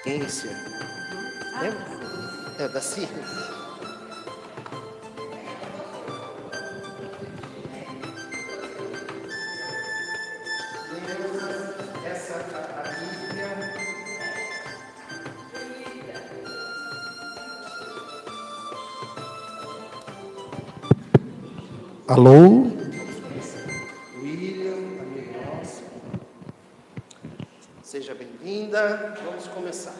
ciência. Lembra? É da ciência. Essa a Bíblia. Alô? William, amigo nosso. Seja bem-vinda. Vamos começar.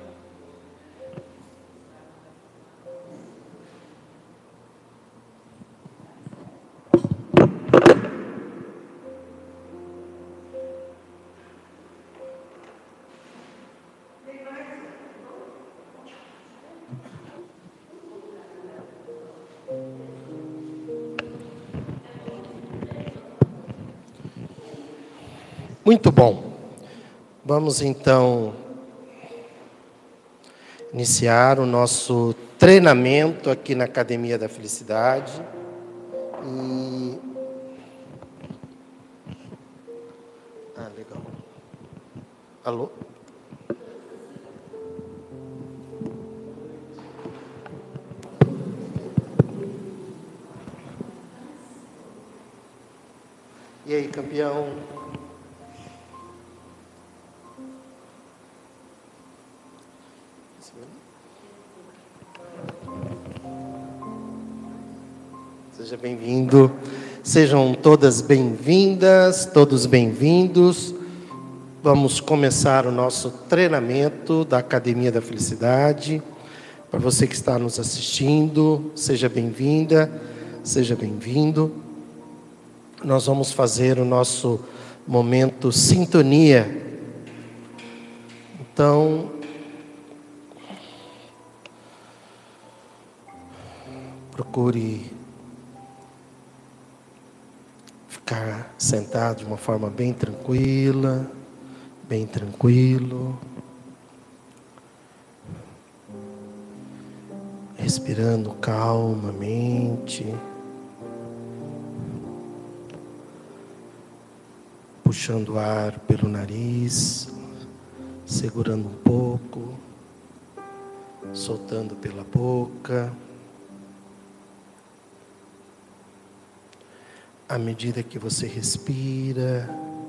Muito bom. Vamos então iniciar o nosso treinamento aqui na Academia da Felicidade. Legal. Alô? E aí, campeão? Seja bem-vindo, sejam todas bem-vindas, todos bem-vindos. Vamos começar o nosso treinamento da Academia da Felicidade. Para você que está nos assistindo, seja bem-vinda, seja bem-vindo. Nós vamos fazer o nosso momento sintonia. Então, procure ficar sentado de uma forma bem tranquila, bem tranquilo, respirando calmamente, puxando o ar pelo nariz, segurando um pouco, soltando pela boca. À medida que você respira,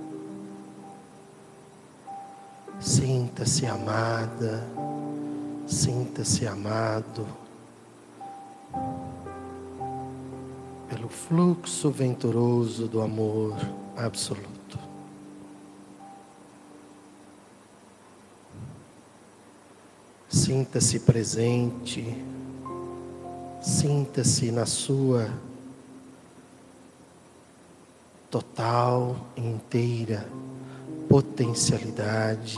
sinta-se amada, sinta-se amado pelo fluxo venturoso do amor absoluto. Sinta-se presente, sinta-se na sua total e inteira potencialidade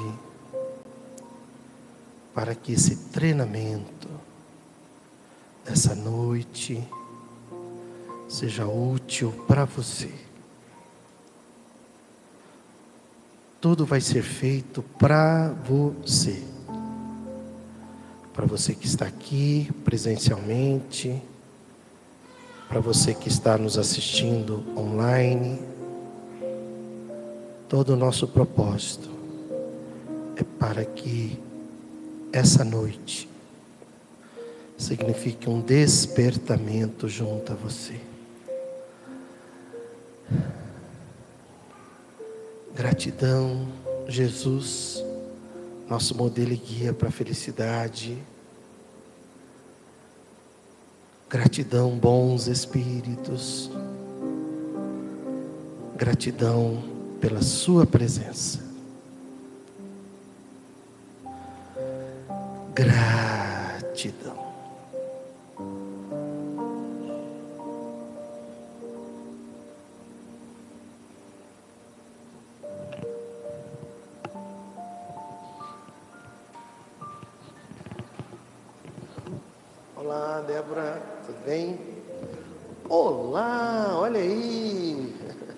para que esse treinamento dessa noite seja útil para você. Tudo vai ser feito para você. Para você que está aqui presencialmente, para você que está nos assistindo online. Todo o nosso propósito é para que essa noite signifique um despertamento junto a você. Gratidão, Jesus, nosso modelo e guia para a felicidade. Gratidão, bons espíritos. Gratidão pela sua presença. Gratidão. Olá, Débora, tudo bem? Olá, olha aí.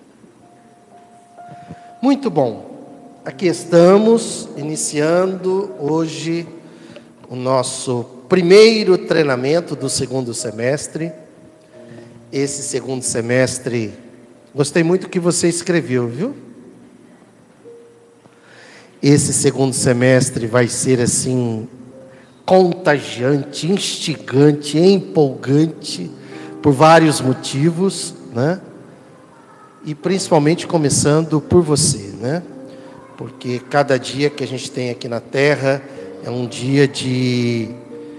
Muito bom. Aqui estamos, iniciando hoje o nosso primeiro treinamento do segundo semestre. Esse segundo semestre, gostei muito do que você escreveu, viu? esse segundo semestre vai ser assim contagiante, instigante, empolgante, por vários motivos, né? E principalmente começando por você, né? Porque cada dia que a gente tem aqui na Terra é um dia de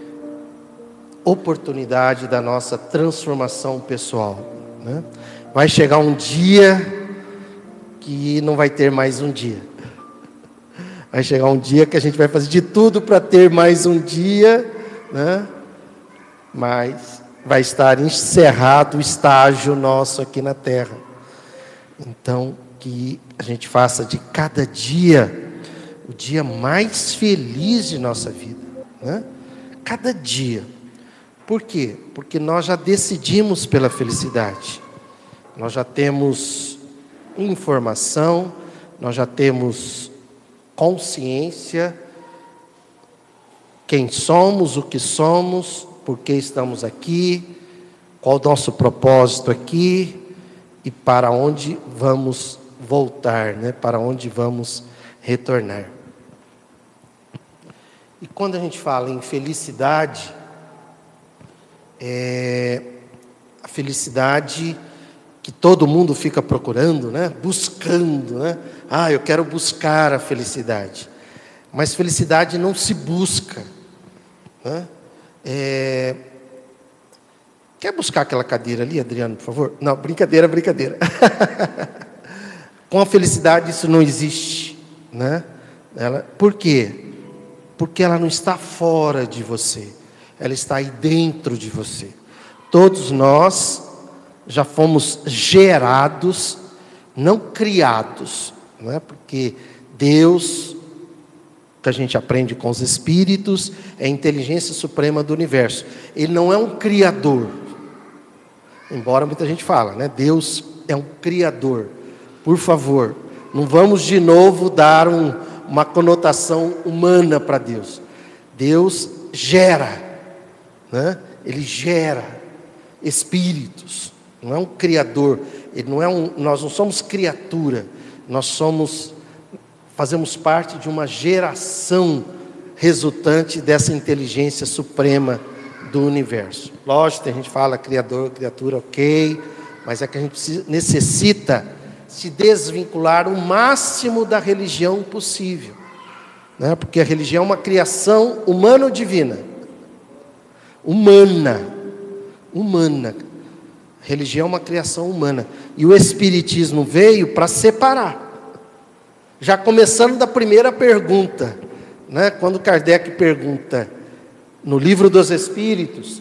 oportunidade da nossa transformação pessoal, né? Vai chegar um dia que não vai ter mais um dia. Vai chegar um dia que a gente vai fazer de tudo para ter mais um dia, né? Mas vai estar encerrado o estágio nosso aqui na Terra. Então, que a gente faça de cada dia o dia mais feliz de nossa vida, né? Cada dia. Por quê? Porque nós já decidimos pela felicidade. Nós já temos informação, nós já temos consciência, quem somos, o que somos, por que estamos aqui, qual o nosso propósito aqui e para onde vamos voltar, né? Para onde vamos retornar. E quando a gente fala em felicidade, a felicidade que todo mundo fica procurando, né? Buscando, né? Eu quero buscar a felicidade. Mas felicidade não se busca, né? Quer buscar aquela cadeira ali, Adriano, por favor? Não, brincadeira. Com a felicidade isso não existe, né? Por quê? Porque ela não está fora de você, ela está aí dentro de você. Todos nós já fomos gerados, não criados, não é? Porque Deus, que a gente aprende com os Espíritos, é a inteligência suprema do universo. Ele não é um criador, embora muita gente fala, né? Deus é um criador. Por favor, não vamos de novo dar uma conotação humana para Deus. Deus gera, né? Ele gera espíritos. Não é um criador, ele não é nós não somos criatura, nós fazemos parte de uma geração resultante dessa inteligência suprema do universo. Lógico que a gente fala criador, criatura, ok, mas é que a gente necessita se desvincular o máximo da religião possível, né? Porque a religião é uma criação humano-divina, humana. Religião é uma criação humana. E o Espiritismo veio para separar. Já começando da primeira pergunta, né? Quando Kardec pergunta, no Livro dos Espíritos,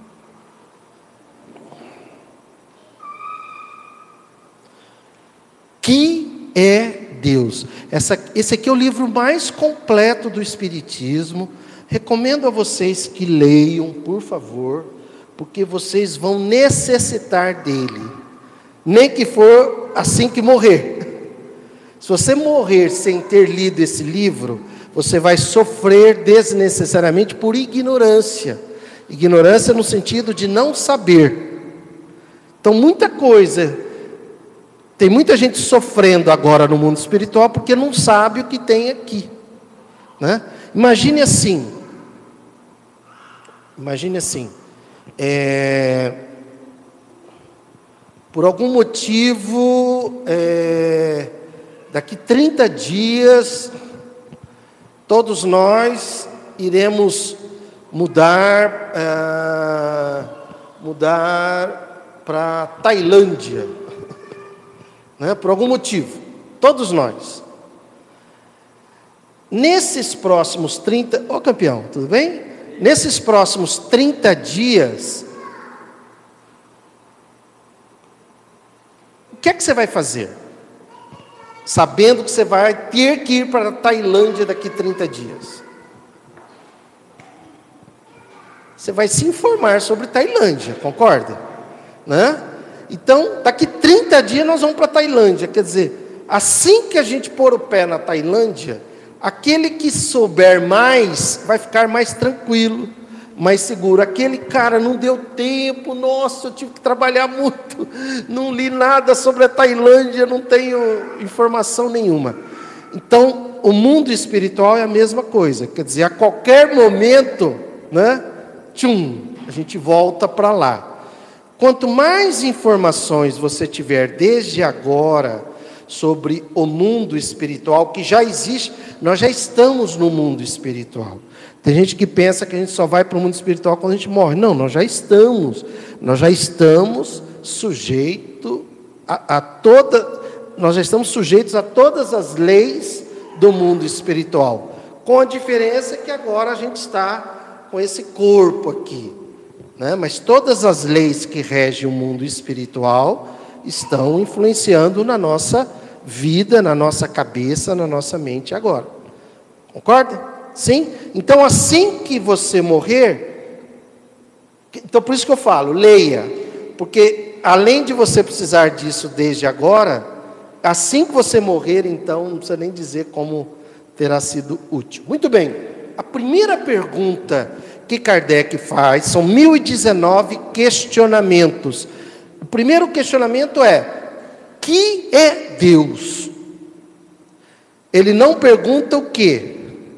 que é Deus? Esse aqui é o livro mais completo do Espiritismo. Recomendo a vocês que leiam, por favor, porque vocês vão necessitar dele, nem que for assim que morrer. Se você morrer sem ter lido esse livro, você vai sofrer desnecessariamente por ignorância. Ignorância no sentido de não saber. Então, muita coisa, tem muita gente sofrendo agora no mundo espiritual porque não sabe o que tem aqui, né? Imagine assim, por algum motivo, daqui 30 dias, todos nós iremos mudar para Tailândia, né? Por algum motivo, todos nós. Nesses próximos 30... Ô campeão, tudo bem? Nesses próximos 30 dias, o que é que você vai fazer? Sabendo que você vai ter que ir para a Tailândia daqui 30 dias. Você vai se informar sobre Tailândia, concorda? Né? Então, daqui 30 dias nós vamos para a Tailândia. Quer dizer, assim que a gente pôr o pé na Tailândia, aquele que souber mais, vai ficar mais tranquilo, mais seguro. Aquele cara, não deu tempo, nossa, eu tive que trabalhar muito, não li nada sobre a Tailândia, não tenho informação nenhuma. Então, o mundo espiritual é a mesma coisa. Quer dizer, a qualquer momento, né? A gente volta para lá. Quanto mais informações você tiver desde agora sobre o mundo espiritual, que já existe, nós já estamos no mundo espiritual. Tem gente que pensa que a gente só vai para o mundo espiritual quando a gente morre. Não, nós já estamos sujeitos nós já estamos sujeitos a todas as leis do mundo espiritual, com a diferença que agora a gente está com esse corpo aqui, né? Mas todas as leis que regem o mundo espiritual estão influenciando na nossa vida, na nossa cabeça, na nossa mente agora. Concorda? Sim? Então, assim que você morrer, então por isso que eu falo, leia, porque além de você precisar disso desde agora, assim que você morrer, então, não precisa nem dizer como terá sido útil. Muito bem, a primeira pergunta que Kardec faz, são 1019 questionamentos. O primeiro questionamento é: que é Deus? Ele não pergunta o quê?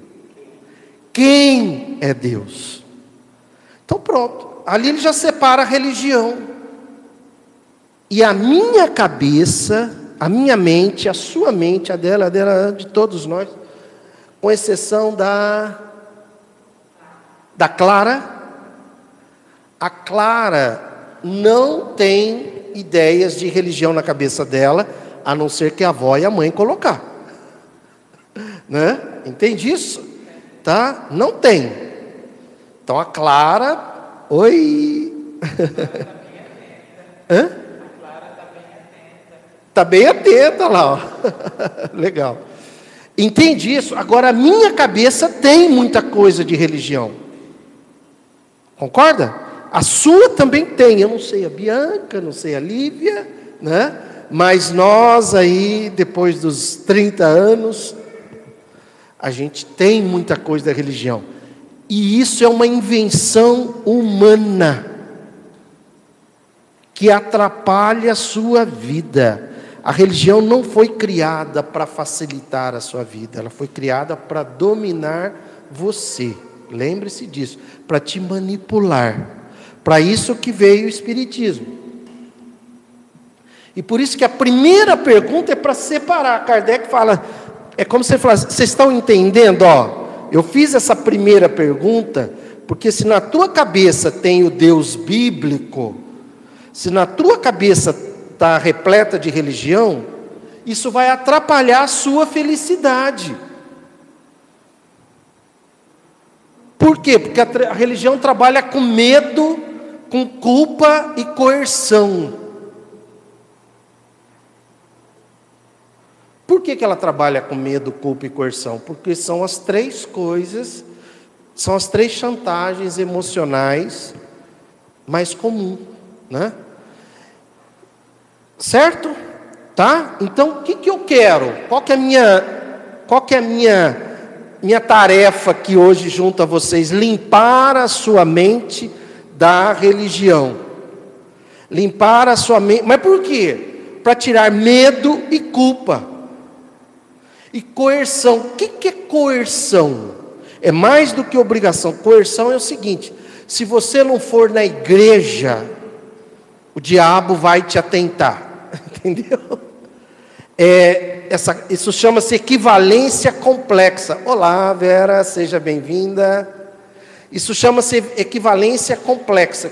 Quem é Deus? Então pronto, ali ele já separa a religião. E a minha cabeça, a minha mente, a sua mente, a dela de todos nós, com exceção da Clara, a Clara não tem ideias de religião na cabeça dela, a não ser que a avó e a mãe colocar. Né? Entende isso? Tá? Não tem. Então a Clara, oi. Hã? Está bem atenta lá, ó. Legal. Entende isso? Agora a minha cabeça tem muita coisa de religião. Concorda? A sua também tem. Eu não sei a Bianca, não sei a Lívia, né? Mas nós aí, depois dos 30 anos, a gente tem muita coisa da religião. E isso é uma invenção humana que atrapalha a sua vida. A religião não foi criada para facilitar a sua vida, ela foi criada para dominar você. Lembre-se disso, para te manipular. Para isso que veio o Espiritismo. E por isso que a primeira pergunta é para separar. Kardec fala, é como se ele falasse: vocês estão entendendo? Ó, eu fiz essa primeira pergunta, porque se na tua cabeça tem o Deus bíblico, se na tua cabeça está repleta de religião, isso vai atrapalhar a sua felicidade. Por quê? Porque a religião trabalha com medo, com culpa e coerção. Por que ela trabalha com medo, culpa e coerção? Porque são as três coisas, são as três chantagens emocionais mais comuns, né? Certo? Tá? Então, o que eu quero? Qual que é a minha tarefa aqui hoje junto a vocês? Limpar a sua mente da religião. Limpar a sua mente. Mas por quê? Para tirar medo e culpa. E coerção. O que é coerção? É mais do que obrigação. Coerção é o seguinte: se você não for na igreja, o diabo vai te atentar. Entendeu? Isso chama-se equivalência complexa. Olá, Vera, seja bem-vinda. Isso chama-se equivalência complexa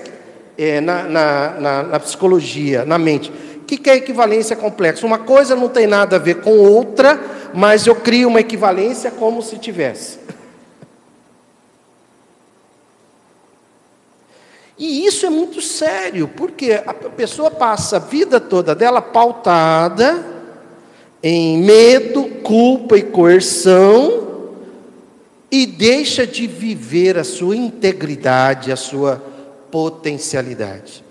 na psicologia, na mente. O que é equivalência complexa? Uma coisa não tem nada a ver com outra, mas eu crio uma equivalência como se tivesse. E isso é muito sério, porque a pessoa passa a vida toda dela pautada em medo, culpa e coerção, e deixa de viver a sua integridade, a sua potencialidade.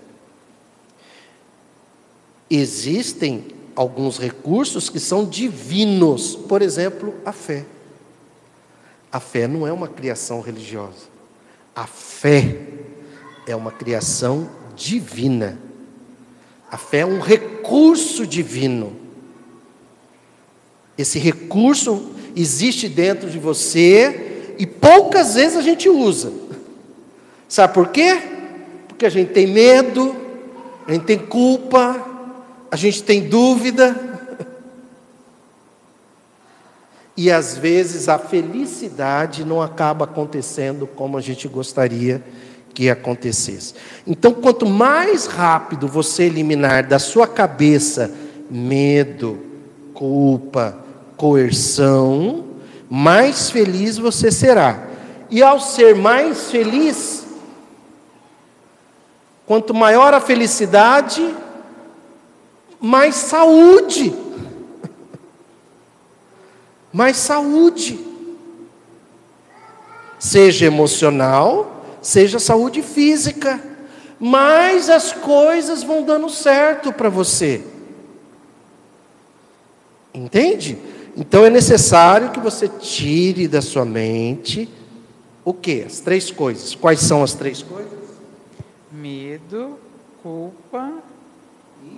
Existem alguns recursos que são divinos, por exemplo, a fé. A fé não é uma criação religiosa. A fé é uma criação divina. A fé é um recurso divino. Esse recurso existe dentro de você e poucas vezes a gente usa. Sabe por quê? Porque a gente tem medo, a gente tem culpa, a gente tem dúvida. E às vezes a felicidade não acaba acontecendo como a gente gostaria que acontecesse. Então, quanto mais rápido você eliminar da sua cabeça medo, culpa, coerção, mais feliz você será. E ao ser mais feliz, quanto maior a felicidade, mais saúde. Mais saúde. Seja emocional, seja saúde física. Mais as coisas vão dando certo para você. Entende? Então é necessário que você tire da sua mente o quê? As 3 coisas. Quais são as 3 coisas? Medo, culpa e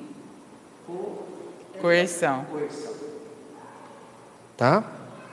coerção. Tá?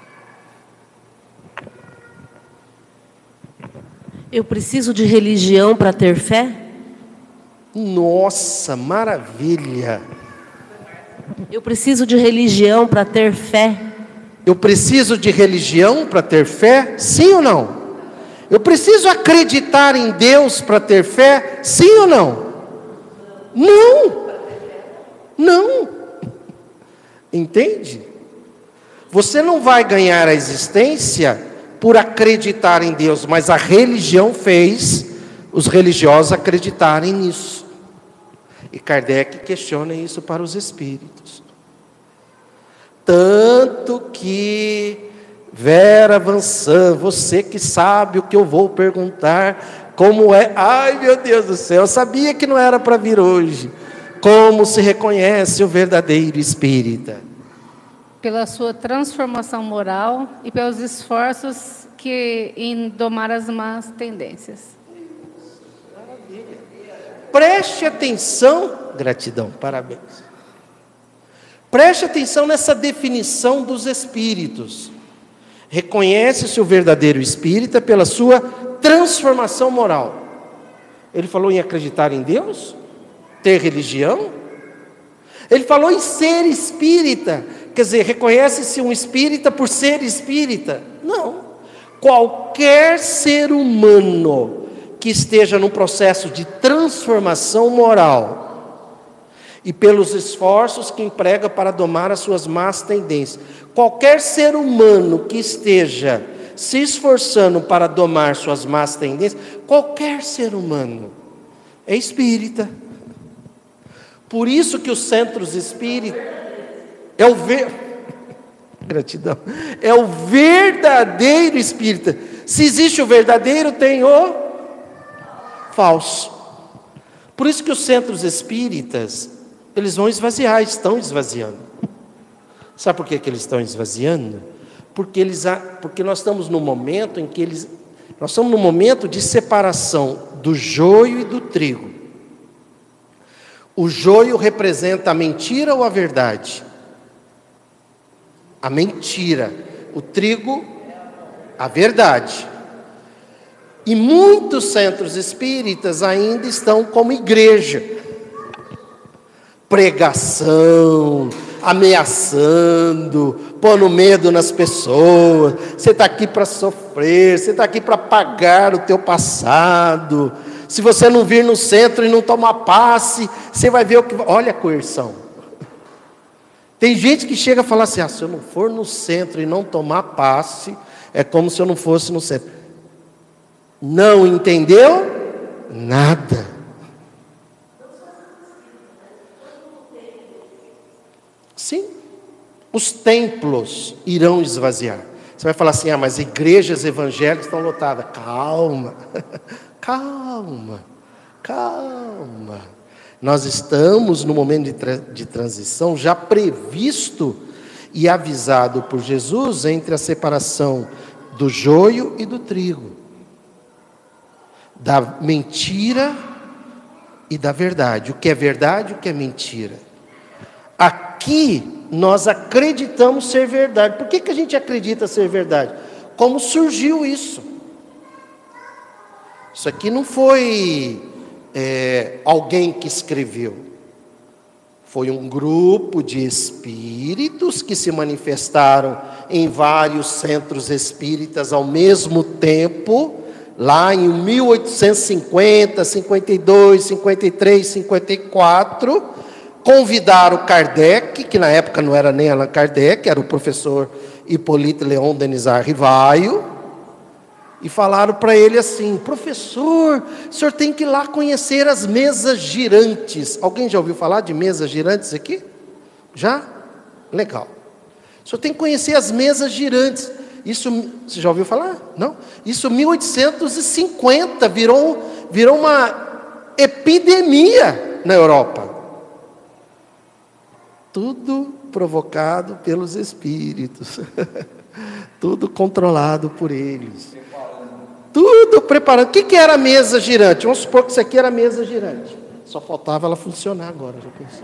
Eu preciso de religião para ter fé? Nossa, maravilha! Eu preciso de religião para ter fé? Eu preciso de religião para ter fé? Sim ou não? Eu preciso acreditar em Deus para ter fé? Sim ou não? Não! Não! Entende? Você não vai ganhar a existência por acreditar em Deus, mas a religião fez os religiosos acreditarem nisso. E Kardec questiona isso para os espíritos. Tanto que, Vera Vansan, você que sabe o que eu vou perguntar, como é, ai meu Deus do céu, eu sabia que não era para vir hoje. Como se reconhece o verdadeiro espírita? Pela sua transformação moral e pelos esforços em domar as más tendências. Preste atenção, gratidão, parabéns. Preste atenção nessa definição dos espíritos. Reconhece-se o verdadeiro espírita pela sua transformação moral. Ele falou em acreditar em Deus? Ter religião? Ele falou em ser espírita. Quer dizer, reconhece-se um espírita por ser espírita? Não. Qualquer ser humano que esteja num processo de transformação moral e pelos esforços que emprega para domar as suas más tendências, qualquer ser humano que esteja se esforçando para domar suas más tendências, qualquer ser humano é espírita. Por isso que os centros espíritas gratidão, é o verdadeiro espírita. Se existe o verdadeiro, tem o falso. Por isso que os centros espíritas, eles vão esvaziar, estão esvaziando. Sabe por que eles estão esvaziando? Porque nós estamos num momento em que nós estamos num momento de separação do joio e do trigo. O joio representa a mentira ou a verdade? A mentira. O trigo, a verdade. E muitos centros espíritas ainda estão como igreja. Pregação, ameaçando, pondo medo nas pessoas. Você está aqui para sofrer, você está aqui para pagar o teu passado. Se você não vir no centro e não tomar passe, você vai ver o que... Olha a coerção. Tem gente que chega a falar assim, se eu não for no centro e não tomar passe, é como se eu não fosse no centro. Não entendeu? Nada. Sim. Os templos irão esvaziar. Você vai falar assim, mas igrejas evangélicas estão lotadas. Calma. Calma. Calma. Nós estamos no momento de transição já previsto e avisado por Jesus entre a separação do joio e do trigo, da mentira e da verdade. O que é verdade, o que é mentira. Aqui nós acreditamos ser verdade. Por que a gente acredita ser verdade? Como surgiu isso? Isso aqui não foi alguém que escreveu. Foi um grupo de espíritos que se manifestaram em vários centros espíritas ao mesmo tempo, lá em 1850, 52, 53, 54, convidaram Kardec, que na época não era nem Allan Kardec, era o professor Hippolyte Léon Denisard Rivaio, e falaram para ele assim: professor, o senhor tem que ir lá conhecer as mesas girantes. Alguém já ouviu falar de mesas girantes aqui? Já? Legal. O senhor tem que conhecer as mesas girantes. Isso, você já ouviu falar? Não? Isso em 1850 virou uma epidemia na Europa. Tudo provocado pelos espíritos. Tudo controlado por eles. Tudo preparando. O que era a mesa girante? Vamos supor que isso aqui era a mesa girante. Só faltava ela funcionar agora, já pensei.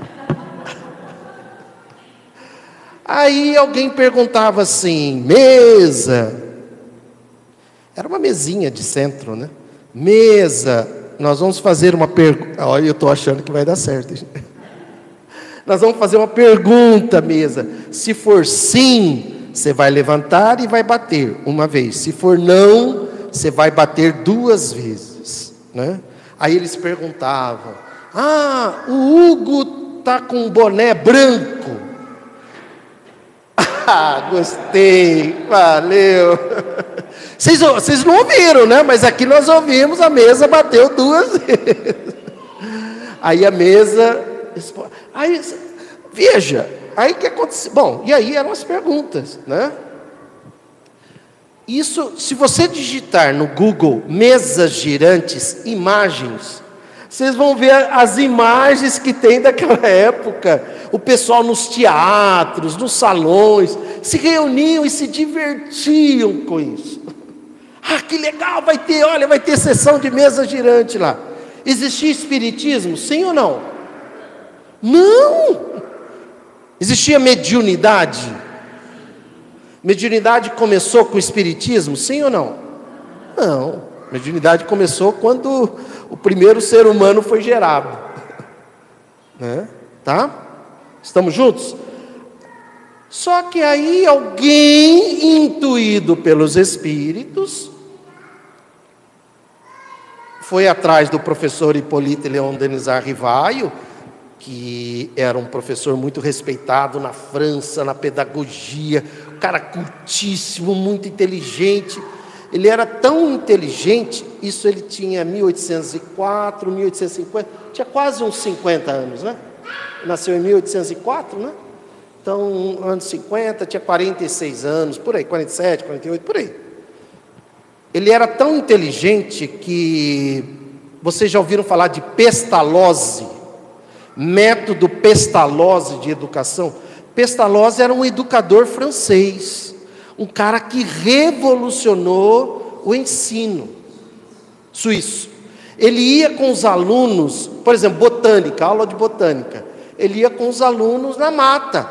Aí alguém perguntava assim: mesa. Era uma mesinha de centro, né? Mesa, nós vamos fazer uma pergunta. Olha, eu estou achando que vai dar certo. Nós vamos fazer uma pergunta, mesa. Se for sim, você vai levantar e vai bater uma vez. Se for não, você vai bater 2 vezes, né? Aí eles perguntavam: o Hugo está com um boné branco. Gostei, valeu. Vocês não ouviram, né? Mas aqui nós ouvimos, a mesa bateu 2 vezes. Aí a mesa... Aí, veja, aí o que aconteceu? Bom, e aí eram as perguntas, né? Isso, se você digitar no Google mesas girantes, imagens, vocês vão ver as imagens que tem daquela época. O pessoal nos teatros, nos salões, se reuniam e se divertiam com isso. Que legal, vai ter sessão de mesa girante lá. Existia espiritismo, sim ou não? Não! Existia mediunidade? Mediunidade começou com o espiritismo, sim ou não? Não. Mediunidade começou quando o primeiro ser humano foi gerado. Né? Tá? Estamos juntos? Só que aí alguém, intuído pelos espíritos, foi atrás do professor Hippolyte Léon Denisard Rivaio, que era um professor muito respeitado na França, na pedagogia, um cara cultíssimo, muito inteligente. Ele era tão inteligente, isso ele tinha 1804, 1850, tinha quase uns 50 anos, né? Nasceu em 1804, né? Então, anos 50, tinha 46 anos, por aí, 47, 48, por aí. Ele era tão inteligente que vocês já ouviram falar de Pestalozzi, método Pestalozzi de educação. Pestalozzi era um educador francês, um cara que revolucionou o ensino suíço. Ele ia com os alunos, por exemplo, botânica, aula de botânica. Ele ia com os alunos na mata.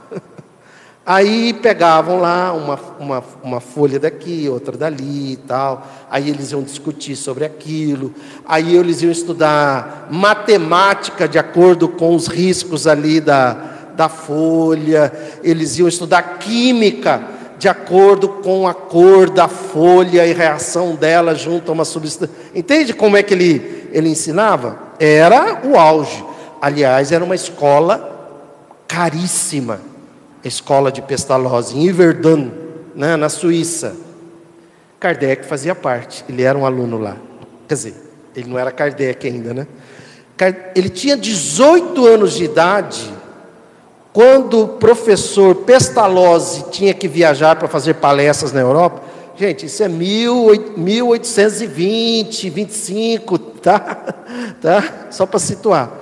Aí pegavam lá uma folha daqui, outra dali e tal. Aí eles iam discutir sobre aquilo. Aí eles iam estudar matemática de acordo com os riscos ali da folha. Eles iam estudar química de acordo com a cor da folha e reação dela junto a uma substância. Entende como é que ele ensinava? Era o auge. Aliás, era uma escola caríssima. A escola de Pestalozzi, em Yverdon, né, na Suíça. Kardec fazia parte, ele era um aluno lá. Quer dizer, ele não era Kardec ainda, né? Ele tinha 18 anos de idade, quando o professor Pestalozzi tinha que viajar para fazer palestras na Europa. Gente, isso é 1820, 25, tá? Só para situar.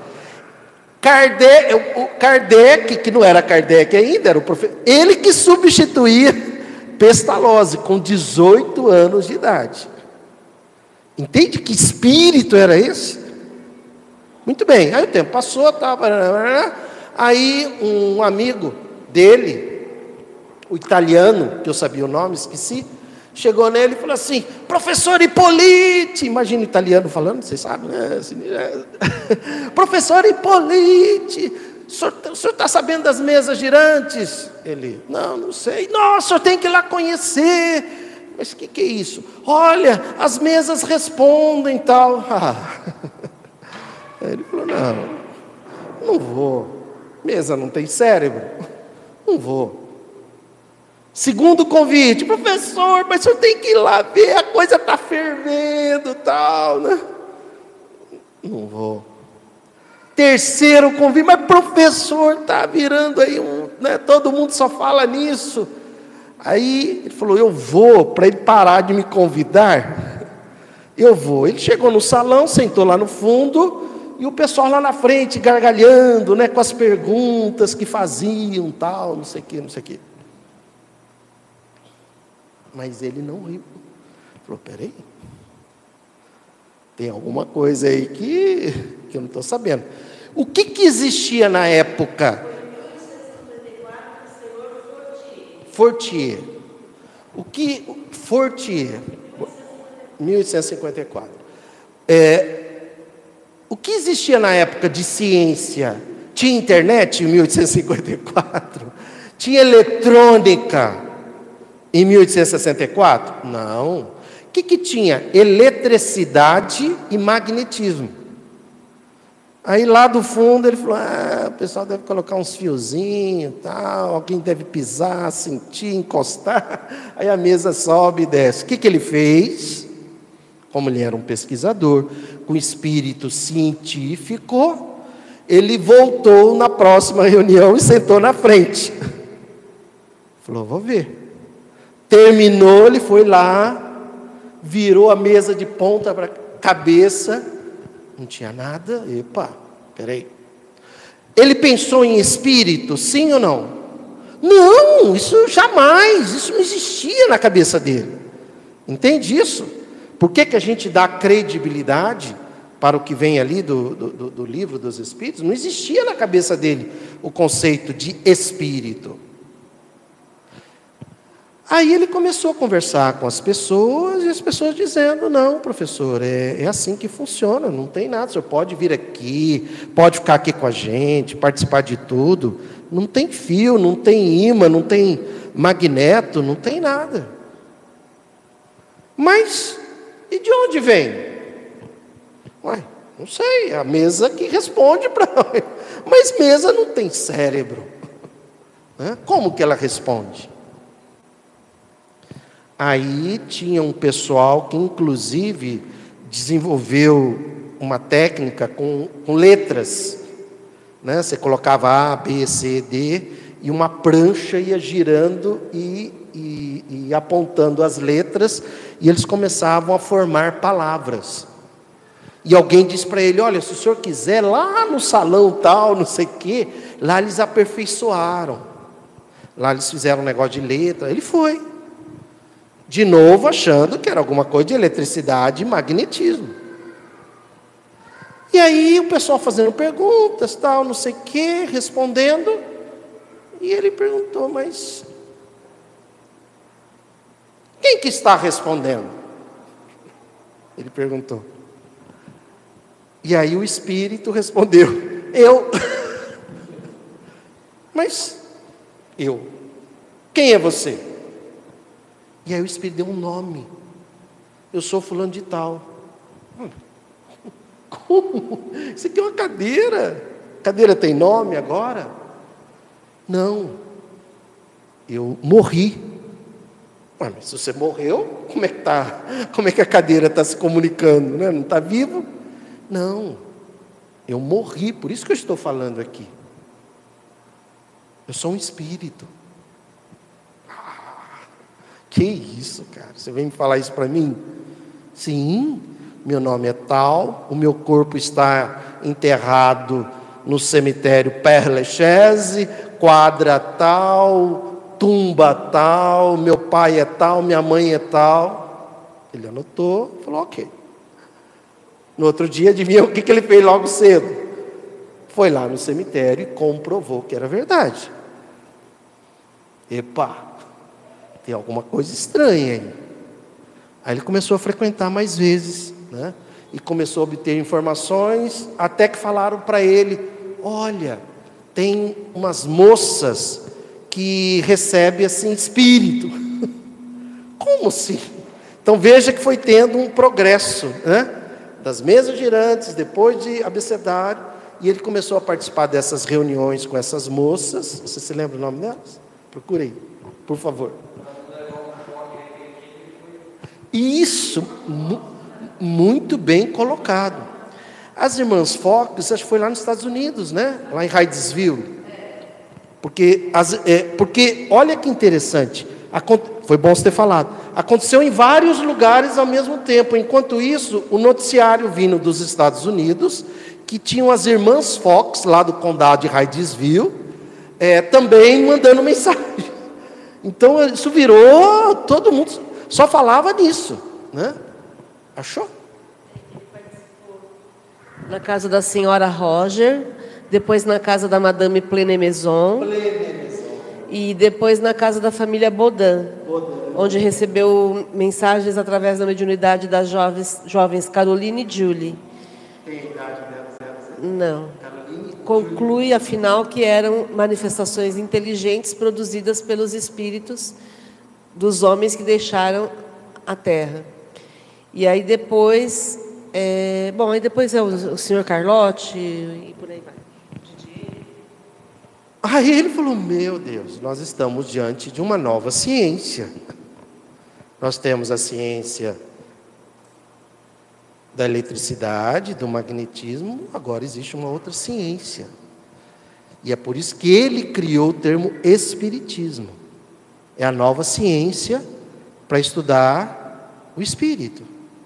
Kardec, que não era Kardec ainda, era o professor, ele que substituía Pestalozzi com 18 anos de idade. Entende que espírito era esse? Muito bem, aí o tempo passou, Aí um amigo dele, o italiano, que eu sabia o nome, esqueci, chegou nele e falou assim: professor Hipólite, imagina o italiano falando, vocês sabem, né? Assim, professor Hipólite, o senhor está sabendo das mesas girantes? Ele: não sei. Nossa, o senhor tem que ir lá conhecer. Mas o que é isso? Olha, as mesas respondem e tal. Aí ele falou: não vou. Mesa não tem cérebro? Não vou. Segundo convite: professor, mas o senhor tem que ir lá ver, a coisa está fervendo e tal, né? Não vou. Terceiro convite: mas professor, está virando aí né, todo mundo só fala nisso. Aí ele falou: eu vou, para ele parar de me convidar, eu vou. Ele chegou no salão, sentou lá no fundo, e o pessoal lá na frente, gargalhando, né, com as perguntas que faziam, tal, não sei o que, não sei o que. Mas ele não riu. Falou: peraí, tem alguma coisa aí que eu não estou sabendo. O que existia na época? Fortier. O que Fortier? 1854. O que existia na época de ciência? Tinha internet em 1854? Tinha eletrônica em 1864? Não. O que tinha? Eletricidade e magnetismo. Aí lá do fundo ele falou: o pessoal deve colocar uns fiozinhos, tal, alguém deve pisar, sentir, encostar. Aí a mesa sobe e desce. O que ele fez? Como ele era um pesquisador, com espírito científico, ele voltou na próxima reunião e sentou na frente. Falou: vou ver. Terminou, ele foi lá, virou a mesa de ponta para cabeça, não tinha nada. Epa, peraí. Ele pensou em espírito, sim ou não? Não, isso jamais, isso não existia na cabeça dele. Entende isso? Por que a gente dá credibilidade para o que vem ali do livro dos Espíritos? Não existia na cabeça dele o conceito de espírito. Aí ele começou a conversar com as pessoas, e as pessoas dizendo: não, professor, é assim que funciona, não tem nada, o senhor pode vir aqui, pode ficar aqui com a gente, participar de tudo, não tem fio, não tem imã, não tem magneto, não tem nada. Mas, e de onde vem? Ué, não sei, é a mesa que responde para nós. Mas mesa não tem cérebro. Como que ela responde? Aí tinha um pessoal que inclusive desenvolveu uma técnica com letras, né? Você colocava A, B, C, D, e uma prancha ia girando e apontando as letras, e eles começavam a formar palavras. E alguém disse para ele: olha, se o senhor quiser, lá no salão tal, não sei o quê, lá eles aperfeiçoaram, lá eles fizeram um negócio de letra. Ele foi. De novo, achando que era alguma coisa de eletricidade e magnetismo. E aí o pessoal fazendo perguntas, tal, não sei o quê, respondendo. E ele perguntou: mas quem que está respondendo? Ele perguntou. E aí o espírito respondeu: eu. Mas eu. Quem é você? E aí o Espírito deu um nome: eu sou fulano de tal. Como? Isso aqui é uma cadeira. Cadeira tem nome agora? Não. Eu morri. Mas se você morreu, como é que a cadeira está se comunicando? Né? Não está vivo? Não. Eu morri, por isso que eu estou falando aqui. Eu sou um espírito. Que isso, cara? Você vem me falar isso para mim? Sim, meu nome é tal, o meu corpo está enterrado no cemitério Père Lachaise, quadra tal, tumba tal, meu pai é tal, minha mãe é tal. Ele anotou, falou: ok. No outro dia, adivinha o que ele fez logo cedo? Foi lá no cemitério e comprovou que era verdade. Epa, tem alguma coisa estranha aí. Aí ele começou a frequentar mais vezes, né? E começou a obter informações, até que falaram para ele: olha, tem umas moças que recebem assim espírito. Como assim? Então veja que foi tendo um progresso, né? Das mesas girantes, depois de abecedário, e ele começou a participar dessas reuniões com essas moças. Você se lembra o nome delas? Procure aí, por favor. Isso, muito bem colocado. As irmãs Fox, acho que foi lá nos Estados Unidos, né? Lá em Hydesville. Porque olha que interessante, foi bom você ter falado, aconteceu em vários lugares ao mesmo tempo. Enquanto isso, o noticiário vindo dos Estados Unidos, que tinham as irmãs Fox, lá do condado de Hydesville, também mandando mensagem. Então, isso virou, todo mundo só falava nisso, né? Achou? Na casa da senhora Roger, depois na casa da Madame Plené-Maison, e depois na casa da família Baudin, onde recebeu mensagens através da mediunidade das jovens Caroline e Julie. Tem a idade delas? Não. Conclui, afinal, que eram manifestações inteligentes produzidas pelos espíritos dos homens que deixaram a Terra. E aí depois, aí depois é o senhor Carlotti e por aí vai. Aí ele falou: meu Deus, nós estamos diante de uma nova ciência. Nós temos a ciência da eletricidade, do magnetismo, agora existe uma outra ciência. E é por isso que ele criou o termo espiritismo. É a nova ciência para estudar o espírito.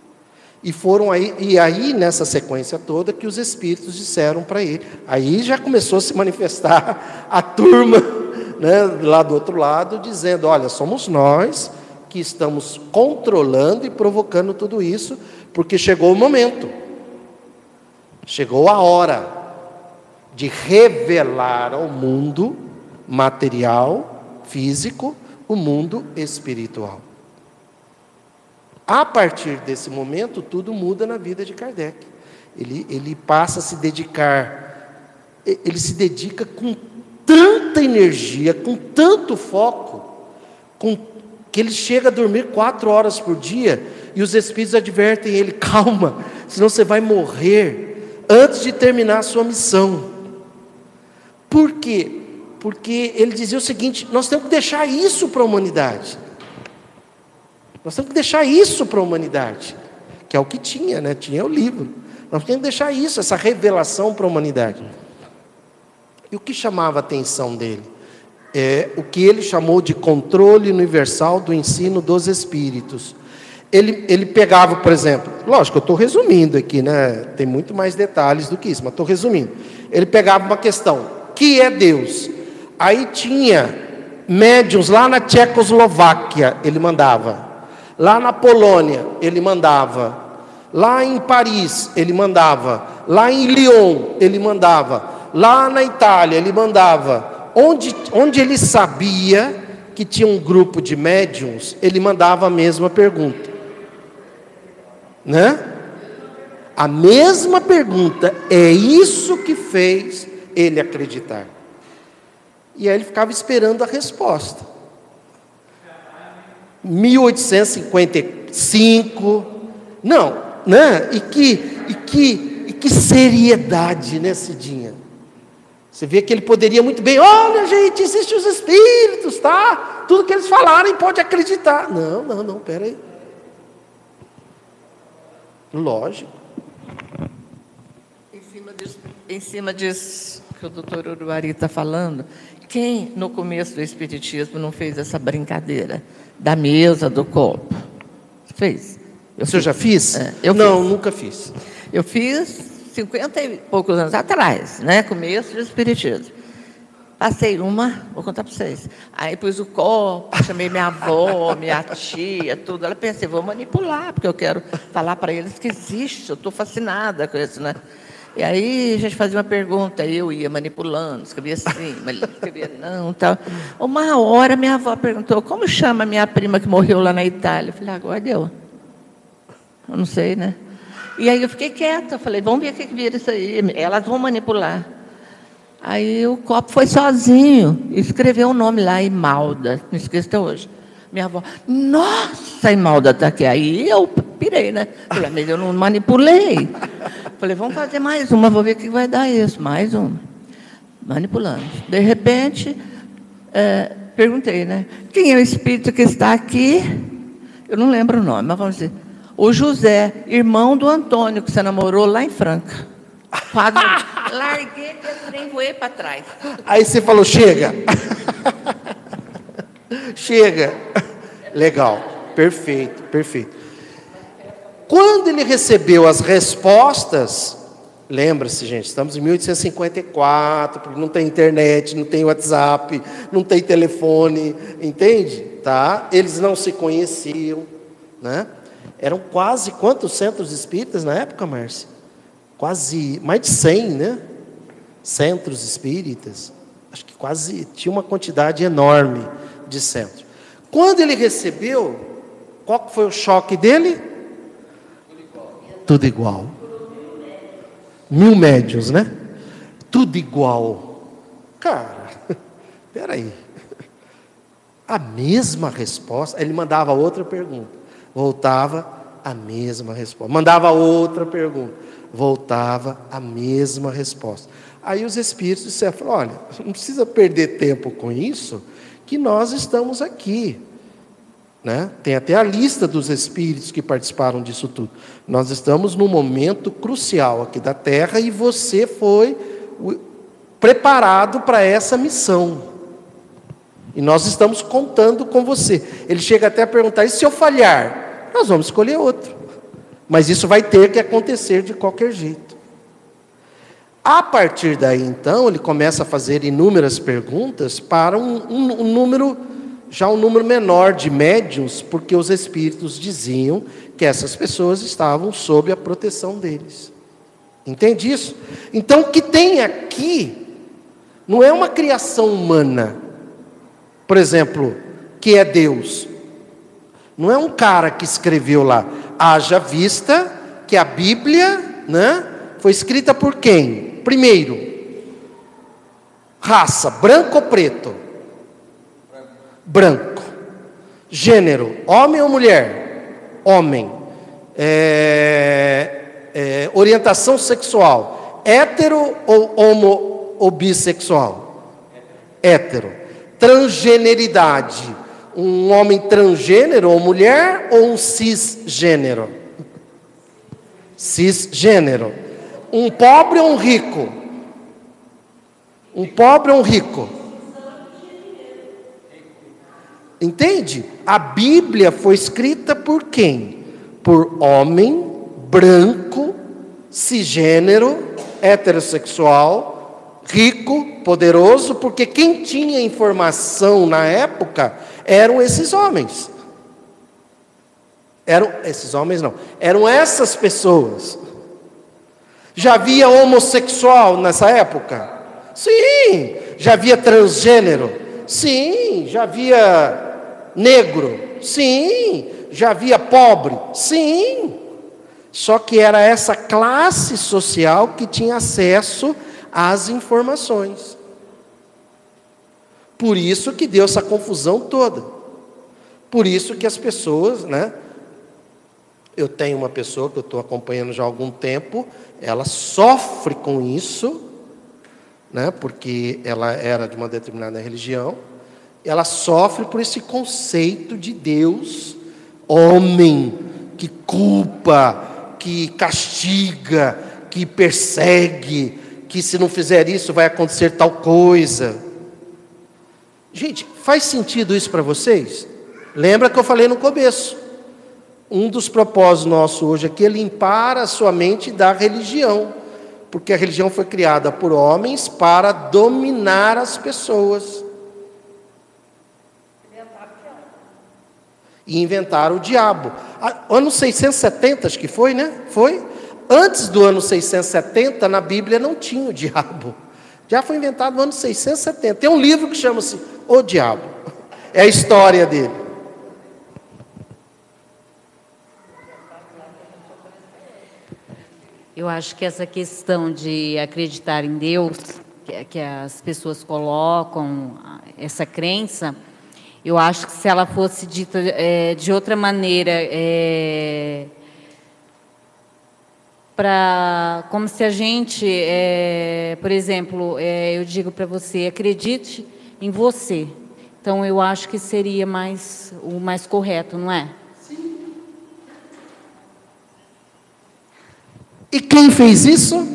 E aí, nessa sequência toda, que os espíritos disseram para ele. Aí já começou a se manifestar a turma, né, lá do outro lado, dizendo: olha, somos nós que estamos controlando e provocando tudo isso, porque chegou o momento, chegou a hora de revelar ao mundo material, físico, o mundo espiritual. A partir desse momento, tudo muda na vida de Kardec. Ele passa a se dedicar, ele se dedica com tanta energia, com tanto foco, que ele chega a dormir 4 horas por dia, e os espíritos advertem ele: calma, senão você vai morrer antes de terminar a sua missão. Por quê? Porque ele dizia o seguinte: nós temos que deixar isso para a humanidade. Nós temos que deixar isso para a humanidade, que é o que tinha, né? Tinha o livro. Nós temos que deixar isso, essa revelação para a humanidade. E o que chamava a atenção dele? É o que ele chamou de controle universal do ensino dos espíritos. Ele pegava, por exemplo, lógico, eu estou resumindo aqui, né? Tem muito mais detalhes do que isso, mas estou resumindo. Ele pegava uma questão: que é Deus? Aí tinha médiuns lá na Tchecoslováquia, ele mandava. Lá na Polônia, ele mandava. Lá em Paris, ele mandava. Lá em Lyon, ele mandava. Lá na Itália, ele mandava. Onde ele sabia que tinha um grupo de médiuns, ele mandava a mesma pergunta. Né? A mesma pergunta. É isso que fez ele acreditar. E aí ele ficava esperando a resposta. 1855, não, né? E que seriedade nesse dia. Você vê que ele poderia muito bem: olha, gente, existem os espíritos, tá? Tudo que eles falarem pode acreditar. Não, pera aí. Lógico. Em cima disso que o doutor Uruari está falando, quem no começo do Espiritismo não fez essa brincadeira da mesa, do copo? Fez? Você já fiz? Não, nunca fiz. Eu fiz 50 e poucos anos atrás, né? Começo do Espiritismo. Passei vou contar para vocês. Aí pus o copo, chamei minha avó, minha tia, tudo. Ela pensei: vou manipular, porque eu quero falar para eles que existe. Eu estou fascinada com isso, né? E aí a gente fazia uma pergunta, eu ia manipulando, escrevia assim, mas escrevia não, tal. Uma hora minha avó perguntou, como chama a minha prima que morreu lá na Itália? Eu falei, agora deu. Eu não sei, né? E aí eu fiquei quieta, falei, vamos ver o que vira isso aí. Elas vão manipular. Aí o copo foi sozinho, escreveu o nome lá, Imalda, não esqueço até hoje. Minha avó, nossa, a Imalda está aqui. Aí eu pirei, né? Falei, mas eu não manipulei. Falei, vamos fazer mais uma, vou ver o que vai dar isso. Mais uma. Manipulando. De repente, perguntei, né? Quem é o espírito que está aqui? Eu não lembro o nome, mas vamos dizer. O José, irmão do Antônio, que você namorou lá em Franca. Quase larguei e trem voei para trás. Aí você falou, chega. Chega. Legal. Perfeito, perfeito. Quando ele recebeu as respostas, lembra-se, gente, estamos em 1854, porque não tem internet, não tem WhatsApp, não tem telefone, entende? Tá? Eles não se conheciam, né? Eram quase quantos centros espíritas na época, Márcia? Quase mais de 100, né? Centros espíritas. Acho que quase tinha uma quantidade enorme de centros. Quando ele recebeu, qual foi o choque dele? Tudo igual. 1000 médiuns, né? Tudo igual. Cara, peraí. A mesma resposta. Ele mandava outra pergunta. Voltava a mesma resposta. Mandava outra pergunta. Voltava a mesma resposta. Aí os espíritos disseram, olha, não precisa perder tempo com isso, que nós estamos aqui. Né? Tem até a lista dos espíritos que participaram disso tudo. Nós estamos num momento crucial aqui da Terra e você foi preparado para essa missão. E nós estamos contando com você. Ele chega até a perguntar, e se eu falhar? Nós vamos escolher outro. Mas isso vai ter que acontecer de qualquer jeito. A partir daí, então, ele começa a fazer inúmeras perguntas para um número menor de médiuns, porque os espíritos diziam que essas pessoas estavam sob a proteção deles. Entende isso? Então, o que tem aqui não é uma criação humana, por exemplo, que é Deus. Não é um cara que escreveu lá. Haja vista que a Bíblia, né, foi escrita por quem? Primeiro, raça, branco ou preto? Branco. Gênero, homem ou mulher? Homem. Orientação sexual, hétero ou homo ou bissexual? Hétero. Transgeneridade, um homem transgênero ou mulher ou um cisgênero? Cisgênero. Um pobre ou um rico? Um pobre ou um rico? Entende? A Bíblia foi escrita por quem? Por homem, branco, cisgênero, heterossexual, rico, poderoso, porque quem tinha informação na época eram esses homens. Eram essas pessoas. Já havia homossexual nessa época? Sim. Já havia transgênero? Sim. Já havia negro? Sim. Já havia pobre? Sim. Só que era essa classe social que tinha acesso às informações. Por isso que deu essa confusão toda. Por isso que as pessoas, né? Eu tenho uma pessoa que eu estou acompanhando já há algum tempo, ela sofre com isso, né? Porque ela era de uma determinada religião, ela sofre por esse conceito de Deus, homem, que culpa, que castiga, que persegue, que se não fizer isso vai acontecer tal coisa. Gente, faz sentido isso para vocês? Lembra que eu falei no começo? Um dos propósitos nossos hoje aqui é limpar a sua mente da religião, porque a religião foi criada por homens para dominar as pessoas. E inventaram o diabo. Ano 670, acho que foi, né? Foi? Antes do ano 670, na Bíblia não tinha o diabo. Já foi inventado no ano 670. Tem um livro que chama-se O Diabo. É a história dele. Eu acho que essa questão de acreditar em Deus, que as pessoas colocam, essa crença, eu acho que se ela fosse dita de outra maneira, como se a gente, por exemplo, eu digo para você, acredite em você. Então, eu acho que seria o mais correto, não é? E quem fez isso?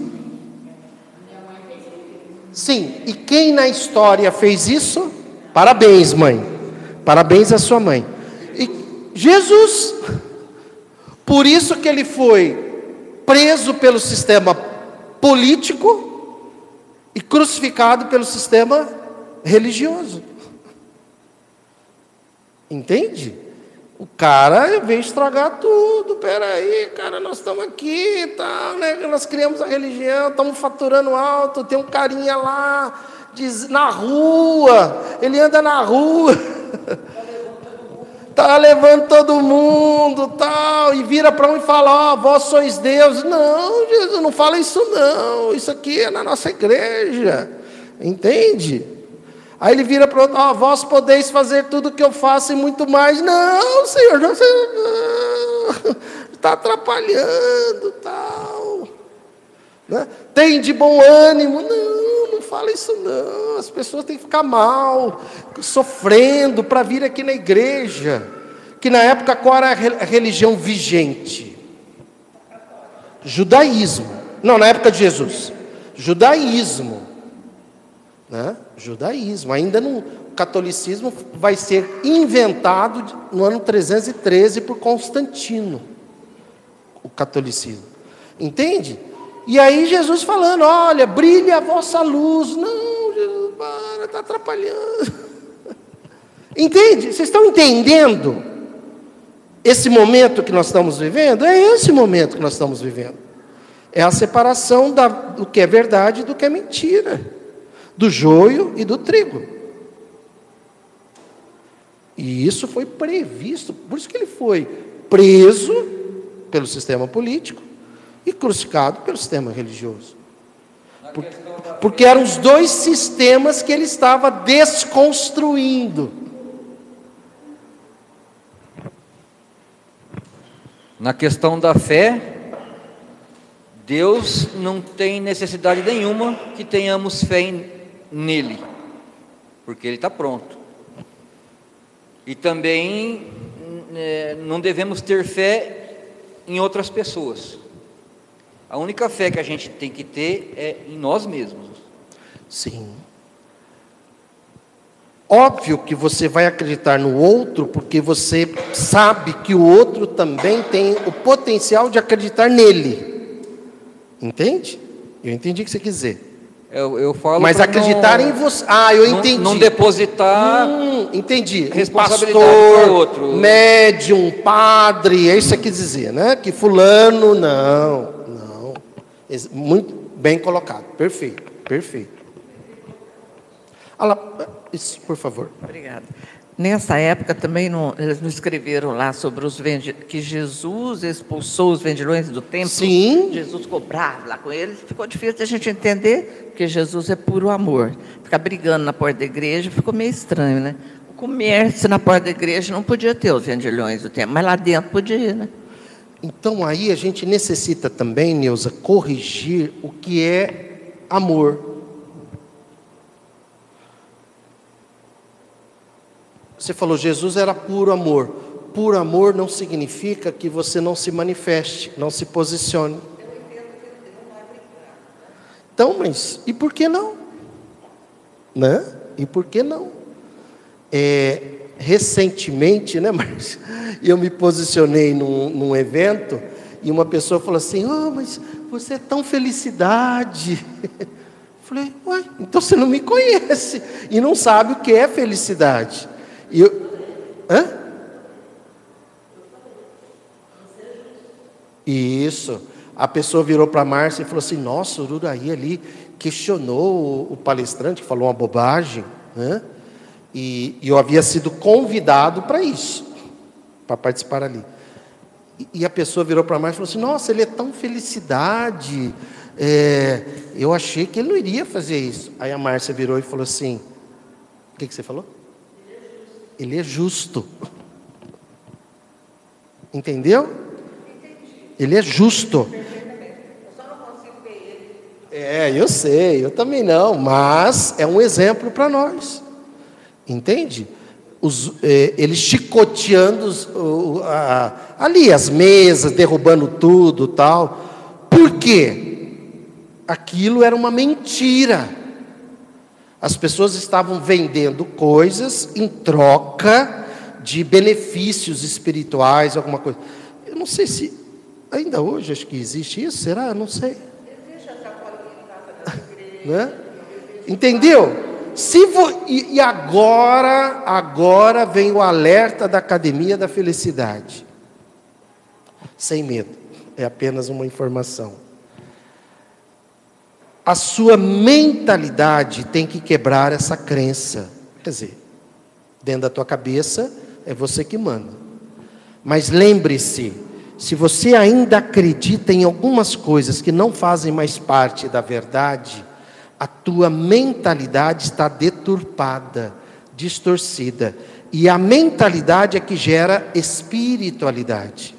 Sim. E quem na história fez isso? Parabéns, mãe. Parabéns à sua mãe. E Jesus. Por isso que ele foi preso pelo sistema político e crucificado pelo sistema religioso. Entende? O cara veio estragar tudo. Peraí, cara, nós estamos aqui e tal, né? Nós criamos a religião, estamos faturando alto. Tem um carinha lá, na rua, ele anda na rua, tá levando todo mundo, tal, e vira para um e fala: ó, vós sois Deus. Não, Jesus, não fala isso não. Isso aqui é na nossa igreja, entende? Aí ele vira para o outro: ó, vós podeis fazer tudo o que eu faço e muito mais. Não, Senhor, não, está atrapalhando, tal. Né? Tem de bom ânimo. Não fala isso não. As pessoas têm que ficar mal, sofrendo para vir aqui na igreja. Que na época qual era a religião vigente? Judaísmo. Não, na época de Jesus. Judaísmo. Né? Judaísmo. Ainda não, o catolicismo vai ser inventado no ano 313 por Constantino. O catolicismo. Entende? E aí Jesus falando: olha, brilhe a vossa luz. Não, Jesus, para, está atrapalhando. Entende? Vocês estão entendendo esse momento que nós estamos vivendo? É esse momento que nós estamos vivendo. É a separação do que é verdade e do que é mentira. Do joio e do trigo. E isso foi previsto. Por isso que ele foi preso pelo sistema político e crucificado pelo sistema religioso. Porque eram os dois sistemas que ele estava desconstruindo. Na questão da fé, Deus não tem necessidade nenhuma que tenhamos fé nele, porque ele está pronto. E também não devemos ter fé em outras pessoas. A única fé que a gente tem que ter é em nós mesmos. Sim. Óbvio que você vai acreditar no outro, porque você sabe que o outro também tem o potencial de acreditar nele. Entende? Eu entendi o que você quis dizer. Eu falo. Mas acreditar em você. Eu entendi. Não depositar. Entendi. Responsabilidade pastor, para outro. Médium, padre, é isso que você quis dizer, né? Que fulano, não. Muito bem colocado. Perfeito. Isso, por favor. Obrigada. Nessa época também eles não escreveram lá sobre que Jesus expulsou os vendilhões do templo. Sim. Jesus cobrava lá com eles. Ficou difícil de a gente entender, porque Jesus é puro amor. Ficar brigando na porta da igreja ficou meio estranho, né? O comércio na porta da igreja não podia ter os vendilhões do templo, mas lá dentro podia, né? Então aí a gente necessita também, Neuza, corrigir o que é amor. Você falou, Jesus era puro amor. Puro amor não significa que você não se manifeste, não se posicione. Então, mas e por que não? Né? E por que não? Recentemente, né, Márcia, eu me posicionei num evento e uma pessoa falou assim: mas você é tão felicidade. Falei: ué, então você não me conhece e não sabe o que é felicidade. Isso. A pessoa virou para a Márcia e falou assim: nossa, o Ururaí ali questionou o palestrante, que falou uma bobagem, né? E eu havia sido convidado para isso, para participar ali. E a pessoa virou para a Márcia e falou assim: nossa, ele é tão felicidade, eu achei que ele não iria fazer isso. Aí a Márcia virou e falou assim: o que você falou? Ele é justo. Entendeu? Ele é justo. Eu sei, eu também não, mas é um exemplo para nós. Entende? Eles chicoteando ali as mesas, derrubando tudo, tal. Por quê? Aquilo era uma mentira. As pessoas estavam vendendo coisas em troca de benefícios espirituais, alguma coisa. Eu não sei se ainda hoje acho que existe isso, será? Eu não sei. Né? Entendeu? E agora vem o alerta da Academia da Felicidade. Sem medo, é apenas uma informação. A sua mentalidade tem que quebrar essa crença. Quer dizer, dentro da tua cabeça é você que manda. Mas lembre-se, se você ainda acredita em algumas coisas que não fazem mais parte da verdade, a tua mentalidade está deturpada, distorcida. E a mentalidade é que gera espiritualidade.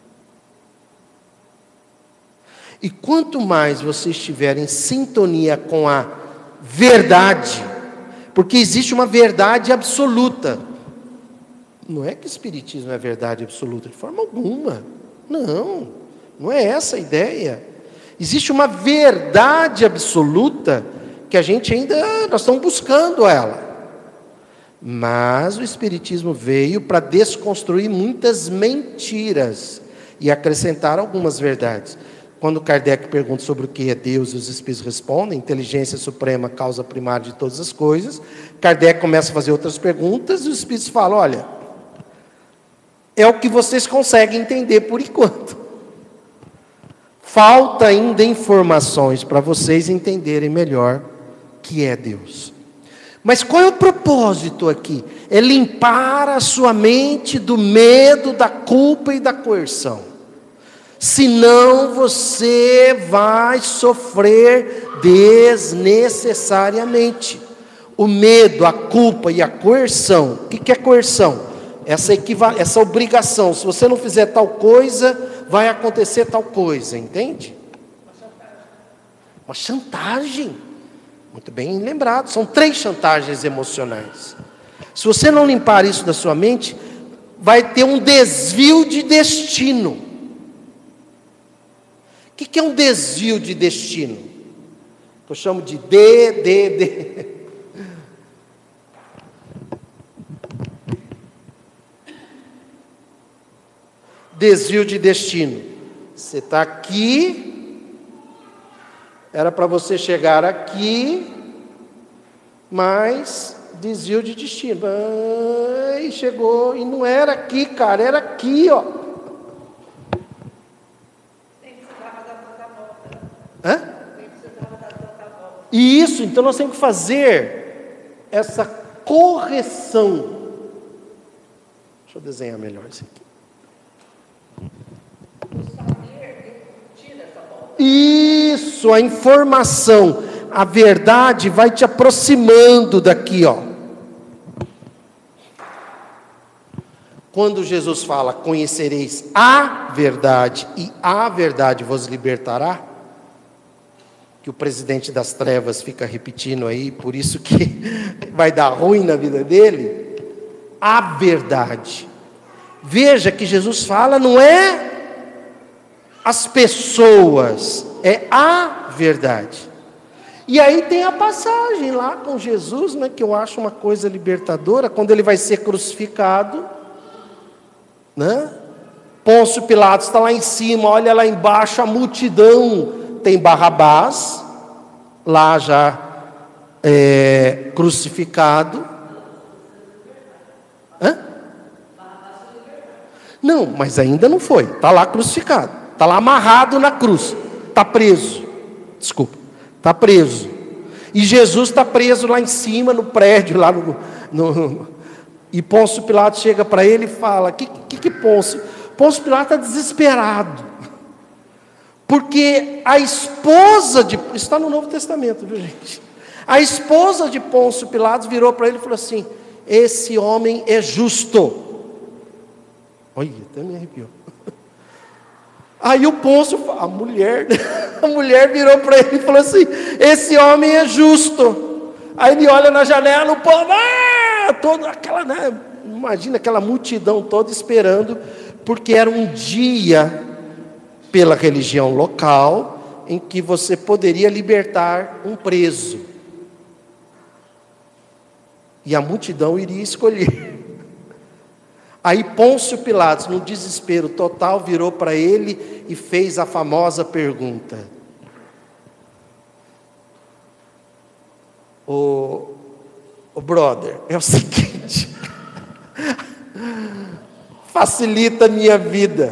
E quanto mais você estiver em sintonia com a verdade, porque existe uma verdade absoluta. Não é que o espiritismo é verdade absoluta, de forma alguma. Não é essa a ideia. Existe uma verdade absoluta que a gente nós estamos buscando ela. Mas o Espiritismo veio para desconstruir muitas mentiras e acrescentar algumas verdades. Quando Kardec pergunta sobre o que é Deus, os Espíritos respondem: inteligência suprema, causa primária de todas as coisas. Kardec começa a fazer outras perguntas e os Espíritos falam: olha, é o que vocês conseguem entender por enquanto. Falta ainda informações para vocês entenderem melhor que é Deus. Mas qual é o propósito aqui? É limpar a sua mente do medo, da culpa e da coerção. Senão você vai sofrer desnecessariamente. O medo, a culpa e a coerção. O que é coerção? Essa obrigação. Se você não fizer tal coisa, vai acontecer tal coisa, entende? Uma chantagem. Muito bem lembrado. São 3 chantagens emocionais. Se você não limpar isso da sua mente, vai ter um desvio de destino. O que é um desvio de destino? Eu chamo de D. Desvio de destino. Você está aqui, era para você chegar aqui, mas desvio de destino. E chegou, e não era aqui, cara, era aqui, ó. Hã? Isso, então nós temos que fazer essa correção. Deixa eu desenhar melhor isso aqui. Isso, a informação, a verdade vai te aproximando daqui, ó. Quando Jesus fala: conhecereis a verdade e a verdade vos libertará, que o presidente das trevas fica repetindo aí, por isso que vai dar ruim na vida dele, a verdade. Veja que Jesus fala, não é as pessoas, é a verdade. E aí tem a passagem lá com Jesus, né, que eu acho uma coisa libertadora, quando ele vai ser crucificado, né? Pôncio Pilatos está lá em cima, olha lá embaixo a multidão, tem Barrabás, lá já crucificado. Hã? Não, mas ainda não foi, está lá crucificado. Está lá amarrado na cruz. Está preso. Desculpa. Está preso. E Jesus está preso lá em cima, no prédio, lá e Pôncio Pilatos chega para ele e fala: que Pôncio? Pôncio Pilatos está desesperado. Porque a esposa de... Isso está no Novo Testamento, viu, gente? A esposa de Pôncio Pilatos virou para ele e falou assim: esse homem é justo. Olha, até me arrepiou. Aí o Pôncio, a mulher virou para ele e falou assim: esse homem é justo. Aí ele olha na janela, o povo, toda aquela, né? Imagina aquela multidão toda esperando, porque era um dia, pela religião local, em que você poderia libertar um preso. E a multidão iria escolher. Aí Pôncio Pilatos, no desespero total, virou para ele e fez a famosa pergunta: o brother, é o seguinte, facilita a minha vida.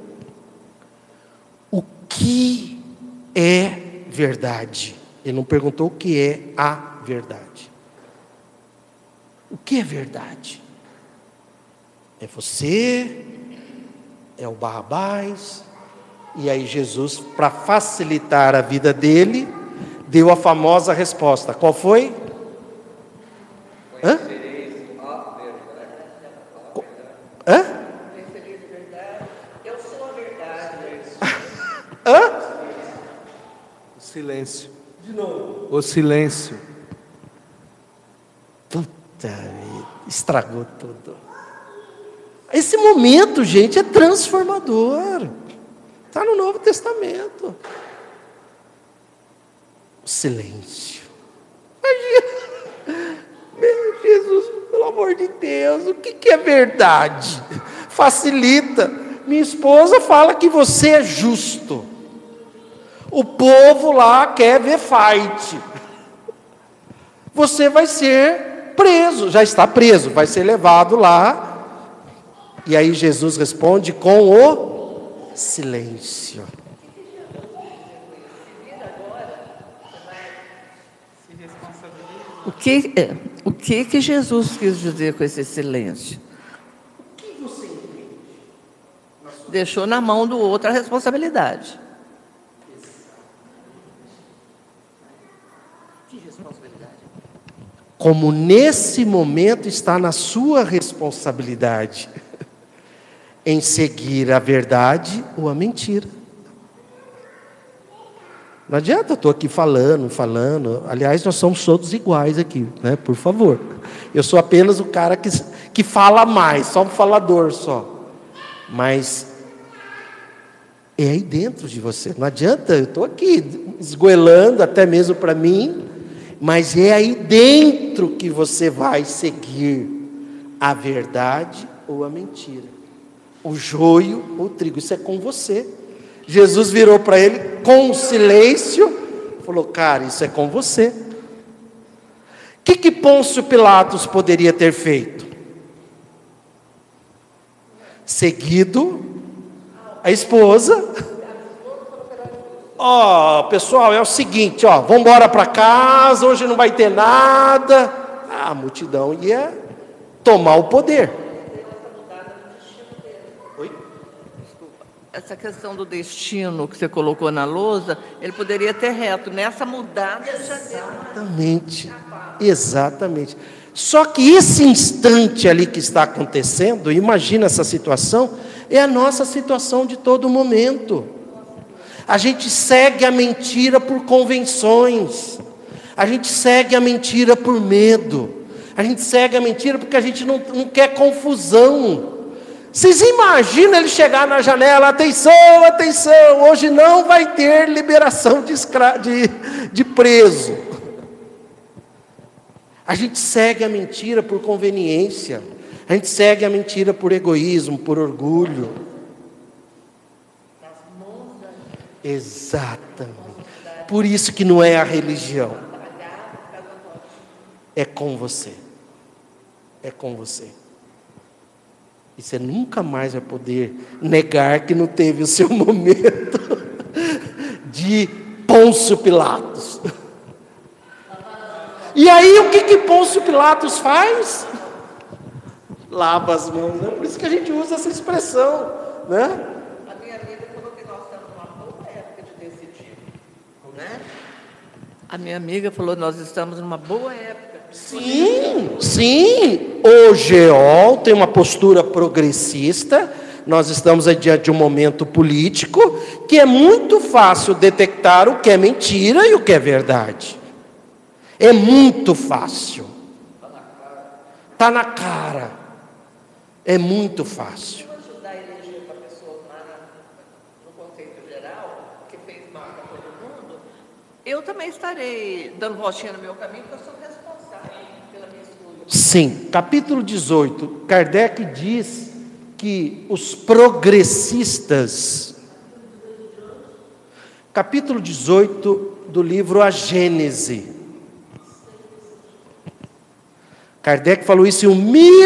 O que é verdade? Ele não perguntou o que é a verdade. O que é verdade? É você? É o Barrabás? E aí Jesus, para facilitar a vida dele, deu a famosa resposta. Qual foi? Hã? Hã? Eu sou a verdade. Hã? O silêncio. De novo. O silêncio. Puta vida, estragou tudo. Esse momento, gente, é transformador. Está no Novo Testamento. O silêncio. Imagina. Meu Jesus, pelo amor de Deus, o que é verdade? Facilita. Minha esposa fala que você é justo. O povo lá quer ver fight. Você vai ser preso, já está preso, vai ser levado lá. E aí Jesus responde com o silêncio. O que Jesus quis dizer com esse silêncio? Deixou na mão do outro a responsabilidade. Como nesse momento está na sua responsabilidade em seguir a verdade ou a mentira. Não adianta eu estou aqui falando. Aliás, nós somos todos iguais aqui, né? Por favor. Eu sou apenas o cara que fala mais, só um falador só. Mas é aí dentro de você. Não adianta, eu estou aqui esgoelando até mesmo para mim, mas é aí dentro que você vai seguir a verdade ou a mentira. O joio ou o trigo, isso é com você. Jesus virou para ele com silêncio, falou: cara, isso é com você. O que Pôncio Pilatos poderia ter feito? Seguido a esposa. Pessoal, é o seguinte, vamos embora para casa, hoje não vai ter nada. A multidão ia tomar o poder. Essa questão do destino que você colocou na lousa, ele poderia ter reto. Nessa mudada já deu. Exatamente. Só que esse instante ali que está acontecendo, imagina essa situação, é a nossa situação de todo momento. A gente segue a mentira por convenções. A gente segue a mentira por medo. A gente segue a mentira porque a gente não quer confusão. Vocês imaginam ele chegar na janela: atenção, atenção, hoje não vai ter liberação de preso. A gente segue a mentira por conveniência. A gente segue a mentira por egoísmo, por orgulho. Exatamente. Por isso que não é a religião. É com você. É com você. E você nunca mais vai poder negar que não teve o seu momento de Pôncio Pilatos. E aí o que Pôncio Pilatos faz? Lava as mãos, né? Por isso que a gente usa essa expressão, né? A minha amiga falou que nós estamos numa boa época de decidir, né? A minha amiga falou que nós estamos numa boa época. Sim, sim. O GEOL tem uma postura progressista. Nós estamos aí diante de um momento político que é muito fácil detectar o que é mentira e o que é verdade. É muito fácil. Está na cara. É muito fácil. Ajudar a eleger para pessoas no conceito geral, que fez mal para todo mundo, eu também estarei dando voltinha no meu caminho, porque eu sou responsável pela minha escolha. Sim, capítulo 18, Kardec diz que os progressistas, capítulo 18 do livro A Gênese, Kardec falou isso em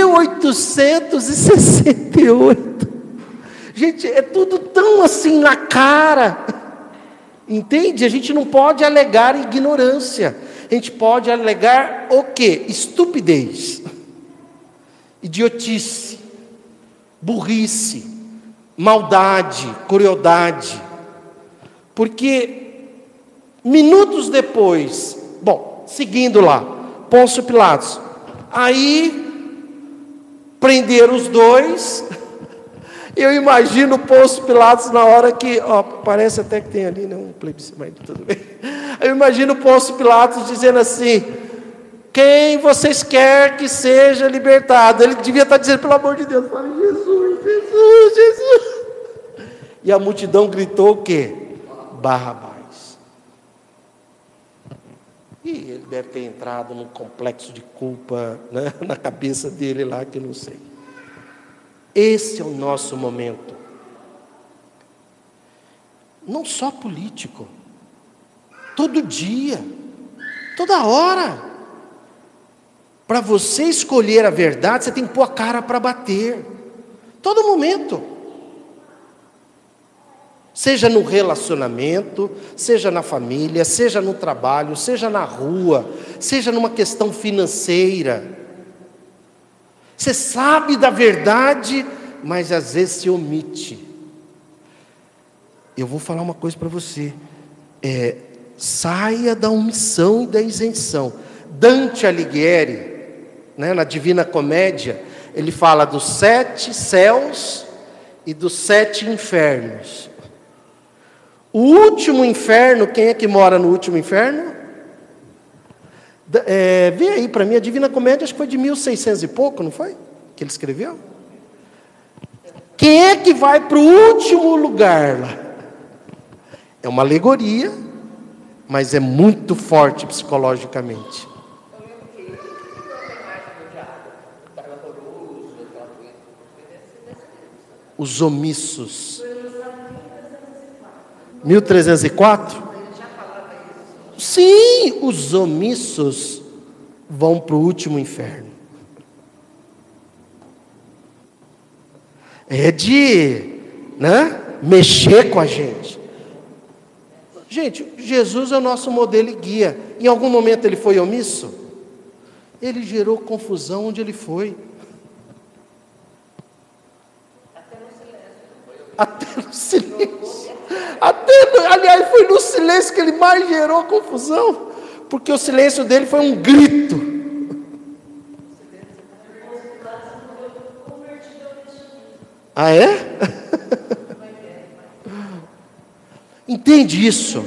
1868. Gente, é tudo tão assim na cara. Entende? A gente não pode alegar ignorância. A gente pode alegar o quê? Estupidez, idiotice, burrice, maldade, crueldade. Porque minutos depois, seguindo lá, Pôncio Pilatos, aí prenderam os dois. Eu imagino o Pôncio Pilatos na hora que, parece até que tem ali, né, um plebiscito, mas tudo bem. Eu imagino o Pôncio Pilatos dizendo assim: quem vocês querem que seja libertado? Ele devia estar dizendo, pelo amor de Deus, fala, Jesus, Jesus, Jesus. E a multidão gritou o quê? Barrabás. E ele deve ter entrado num complexo de culpa, né, na cabeça dele lá, que eu não sei. Esse é o nosso momento. Não só político. Todo dia. Toda hora. Para você escolher a verdade, você tem que pôr a cara para bater. Todo momento. Seja no relacionamento, seja na família, seja no trabalho, seja na rua, seja numa questão financeira. Você sabe da verdade, mas às vezes se omite. Eu vou falar uma coisa para você. Saia da omissão e da isenção. Dante Alighieri, né, na Divina Comédia, ele fala dos 7 céus e dos 7 infernos. O último inferno, quem é que mora no último inferno? Vê aí para mim, a Divina Comédia, acho que foi de 1600 e pouco, não foi? Que ele escreveu? Quem é que vai para o último lugar lá? É uma alegoria, mas é muito forte psicologicamente. Os omissos. 1304? Sim, os omissos vão para o último inferno. É de, né, mexer com a gente. Gente, Jesus é o nosso modelo e guia. Em algum momento ele foi omisso? Ele gerou confusão onde ele foi. Até no silêncio. Aliás, foi no silêncio que ele mais gerou confusão. Porque o silêncio dele foi um grito. Ah, é? Entende isso?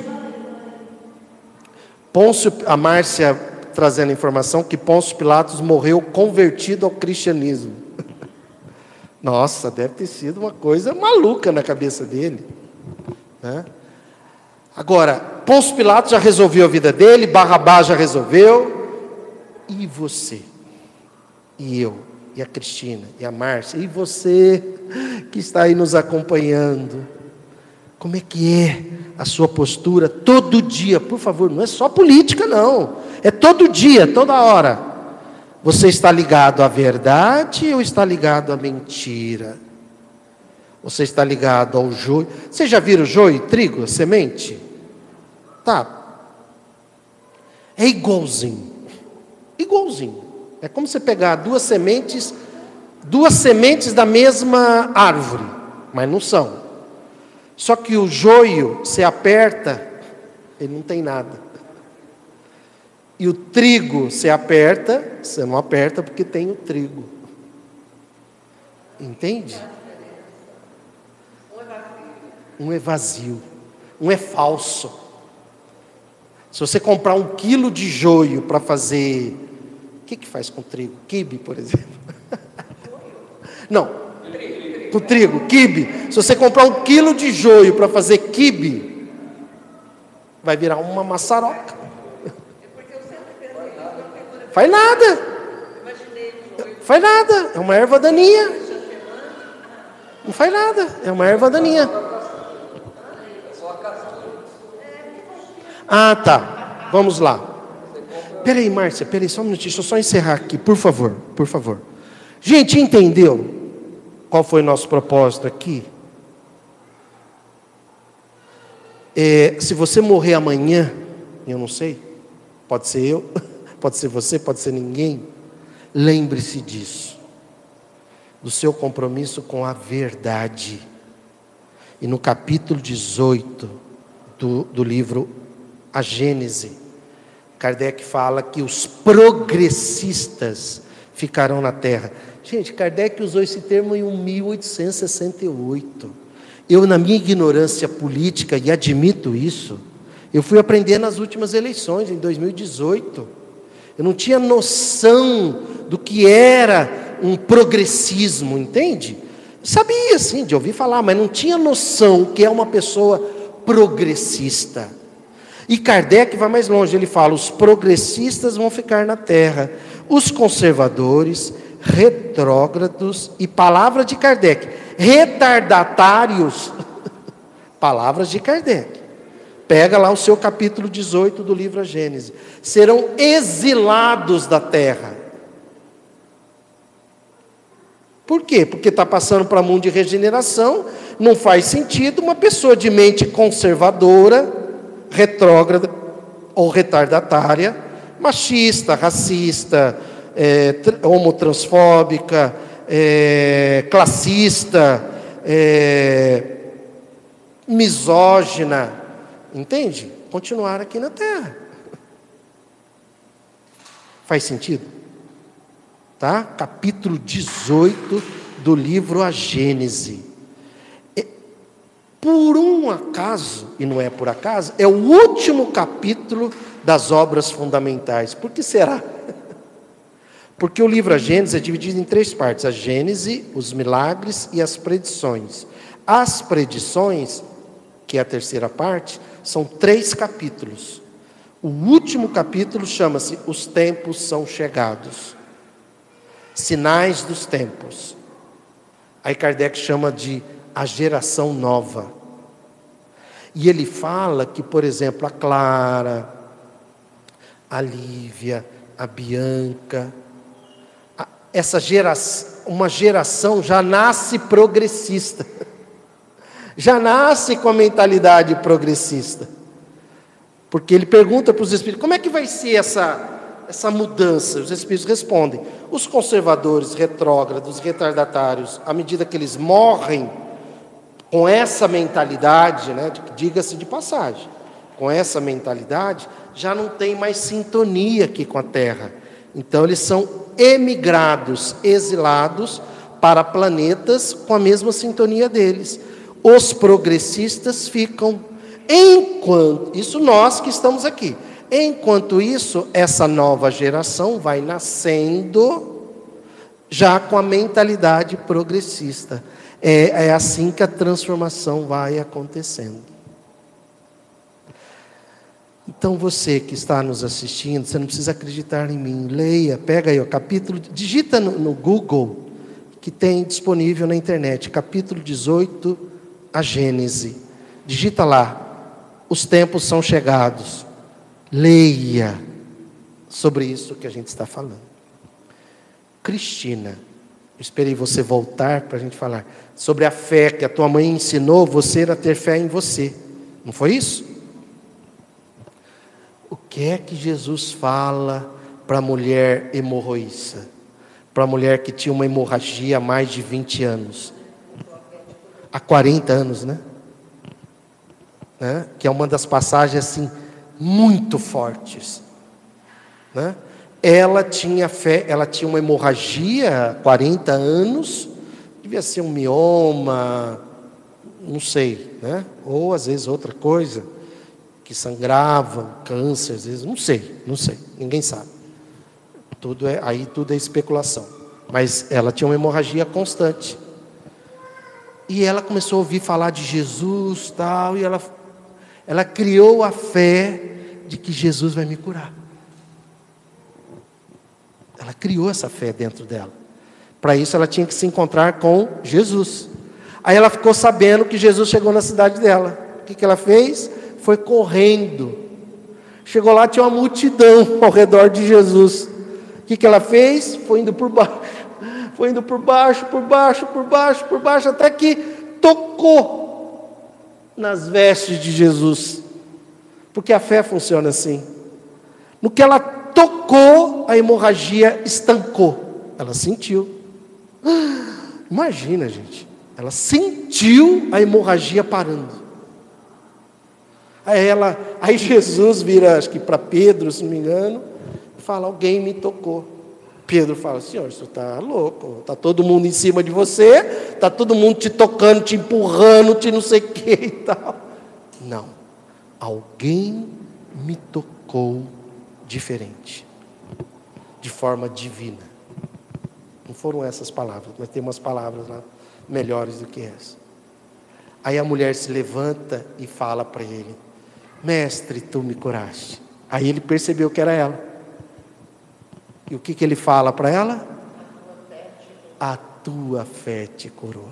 A Márcia trazendo a informação que Pôncio Pilatos morreu convertido ao cristianismo. Nossa, deve ter sido uma coisa maluca na cabeça dele, né? Agora, Pôncio Pilatos já resolveu a vida dele, Barrabás já resolveu. E você? E eu? E a Cristina? E a Márcia? E você que está aí nos acompanhando? Como é que é a sua postura todo dia? Por favor, não é só política não. É todo dia, toda hora. Você está ligado à verdade ou está ligado à mentira? Você está ligado ao joio? Vocês já viram joio e trigo, a semente? Tá. É igualzinho. Igualzinho. É como você pegar duas sementes da mesma árvore, mas não são. Só que o joio, você aperta, ele não tem nada. E o trigo, você aperta, você não aperta porque tem o trigo. Entende? Um é vazio, um é falso. Se você comprar 1 quilo de joio para fazer... O que faz com trigo? Quibe, por exemplo. Não, com trigo, quibe. Se você comprar 1 quilo de joio para fazer quibe, vai virar uma maçaroca. Faz nada. Faz nada. É uma erva daninha. Não faz nada. É uma erva daninha. Ah, tá. Vamos lá. Peraí, Márcia, peraí, só um minutinho. Deixa eu só encerrar aqui, por favor. Por favor. Gente, entendeu qual foi o nosso propósito aqui? Se você morrer amanhã, eu não sei, pode ser eu, pode ser você, pode ser ninguém. Lembre-se disso, do seu compromisso com a verdade. E no capítulo 18 do livro A Gênese, Kardec fala que os progressistas ficarão na terra. Gente, Kardec usou esse termo em 1868. Eu, na minha ignorância política, e admito isso, eu fui aprender nas últimas eleições, em 2018. Eu não tinha noção do que era um progressismo, entende? Sabia, sim, de ouvir falar, mas não tinha noção o que é uma pessoa progressista. E Kardec vai mais longe, ele fala, os progressistas vão ficar na terra, os conservadores, retrógrados, e palavra de Kardec, retardatários, palavras de Kardec. Pega lá o seu capítulo 18 do livro A Gênese. Serão exilados da terra. Por quê? Porque está passando para o mundo de regeneração, não faz sentido uma pessoa de mente conservadora, retrógrada ou retardatária, machista, racista, homotransfóbica, classista, misógina, entende? Continuar aqui na Terra. Faz sentido? Tá? Capítulo 18 do livro A Gênese. Por um acaso, e não é por acaso, é o último capítulo das obras fundamentais. Por que será? Porque o livro A Gênese é dividido em 3 partes: a Gênese, os milagres e as predições. As predições, que é a terceira parte, são 3 capítulos. O último capítulo chama-se Os Tempos São Chegados. Sinais dos Tempos. Aí Kardec chama de a geração nova. E ele fala que, por exemplo, a Clara, a Lívia, a Bianca, uma geração já nasce progressista. Já nasce com a mentalidade progressista. Porque ele pergunta para os espíritos, como é que vai ser essa mudança? Os espíritos respondem, os conservadores, retrógrados, retardatários, à medida que eles morrem, com essa mentalidade, né, diga-se de passagem, com essa mentalidade, já não tem mais sintonia aqui com a Terra. Então eles são emigrados, exilados para planetas com a mesma sintonia deles. Os progressistas ficam, enquanto, isso nós que estamos aqui, enquanto isso, essa nova geração vai nascendo já com a mentalidade progressista. É assim que a transformação vai acontecendo. Então você que está nos assistindo, você não precisa acreditar em mim, leia, pega aí o capítulo, digita no Google, que tem disponível na internet, capítulo 18, a Gênese. Digita lá, os tempos são chegados. Leia sobre isso que a gente está falando. Cristina, eu esperei você voltar para a gente falar sobre a fé que a tua mãe ensinou você a ter fé em você. Não foi isso? O que é que Jesus fala para a mulher hemorroíça? Para a mulher que tinha uma hemorragia há mais de 20 anos. Há 40 anos, né? Que é uma das passagens assim, muito fortes. Né? Ela tinha fé, ela tinha uma hemorragia há 40 anos, devia ser um mioma, não sei, né? Ou às vezes outra coisa, que sangrava, câncer, às vezes, não sei, ninguém sabe. Aí tudo é especulação. Mas ela tinha uma hemorragia constante. E ela começou a ouvir falar de Jesus, tal, e ela criou a fé de que Jesus vai me curar. Ela criou essa fé dentro dela. Para isso ela tinha que se encontrar com Jesus. Aí ela ficou sabendo que Jesus chegou na cidade dela. O que ela fez? Foi correndo. Chegou lá, tinha uma multidão ao redor de Jesus. O que ela fez? Foi indo por baixo. Foi indo por baixo, até que tocou nas vestes de Jesus. Porque a fé funciona assim. No que ela tocou, a hemorragia estancou. Ela sentiu. Imagina, gente. Ela sentiu a hemorragia parando. Aí Jesus vira, acho que para Pedro, se não me engano, fala: alguém me tocou. Pedro fala: Senhor, você está louco, está todo mundo em cima de você, está todo mundo te tocando, te empurrando, te não sei o que e tal. Não, alguém me tocou diferente, de forma divina. Não foram essas palavras, mas tem umas palavras lá melhores do que essa. Aí a mulher se levanta e fala para ele: mestre, tu me curaste. Aí ele percebeu que era ela. E o que ele fala para ela? A tua fé te curou.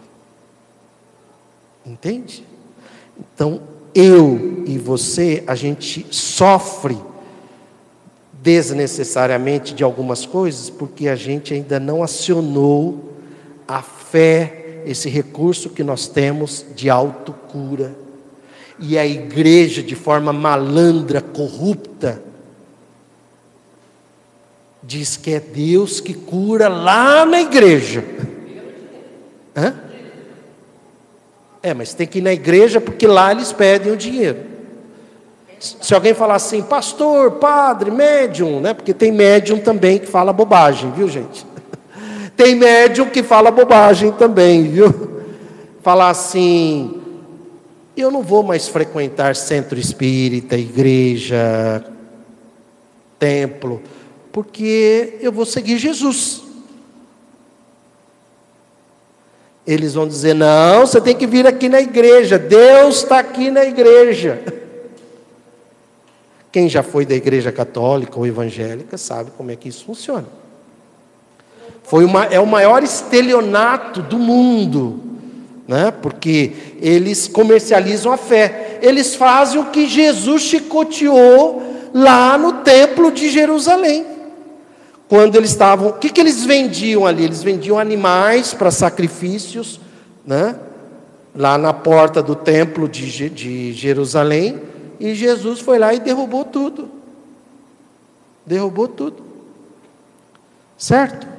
Entende? Então, eu e você, a gente sofre desnecessariamente de algumas coisas, porque a gente ainda não acionou a fé, esse recurso que nós temos de autocura. E a igreja, de forma malandra, corrupta, diz que é Deus que cura lá na igreja. Mas tem que ir na igreja porque lá eles pedem o dinheiro. Se alguém falar assim: pastor, padre, médium, né? Porque tem médium também que fala bobagem, viu, gente? Tem médium que fala bobagem também, viu? Falar assim: eu não vou mais frequentar centro espírita, igreja, templo, porque eu vou seguir Jesus. Eles vão dizer: não, você tem que vir aqui na igreja, Deus está aqui na igreja. Quem já foi da igreja católica ou evangélica sabe como é que isso funciona. É o maior estelionato do mundo, né? Porque eles comercializam a fé. Eles fazem o que Jesus chicoteou lá no templo de Jerusalém. Quando eles estavam, o que eles vendiam ali? Eles vendiam animais para sacrifícios, né? Lá na porta do templo de Jerusalém. E Jesus foi lá e derrubou tudo. Derrubou tudo. Certo?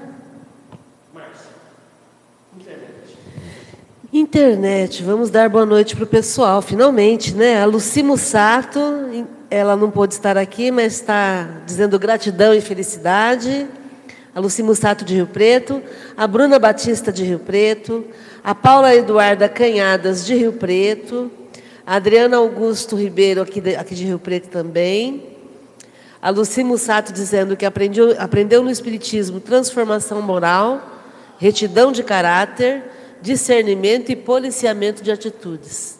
Internet, vamos dar boa noite para o pessoal, finalmente, né? A Lucy Mussato, ela não pôde estar aqui, mas está dizendo gratidão e felicidade. A Lucy Mussato de Rio Preto, a Bruna Batista de Rio Preto, a Paula Eduarda Canhadas de Rio Preto, a Adriana Augusto Ribeiro aqui de Rio Preto também, a Lucy Mussato dizendo que aprendeu no Espiritismo transformação moral, retidão de caráter, discernimento e policiamento de atitudes.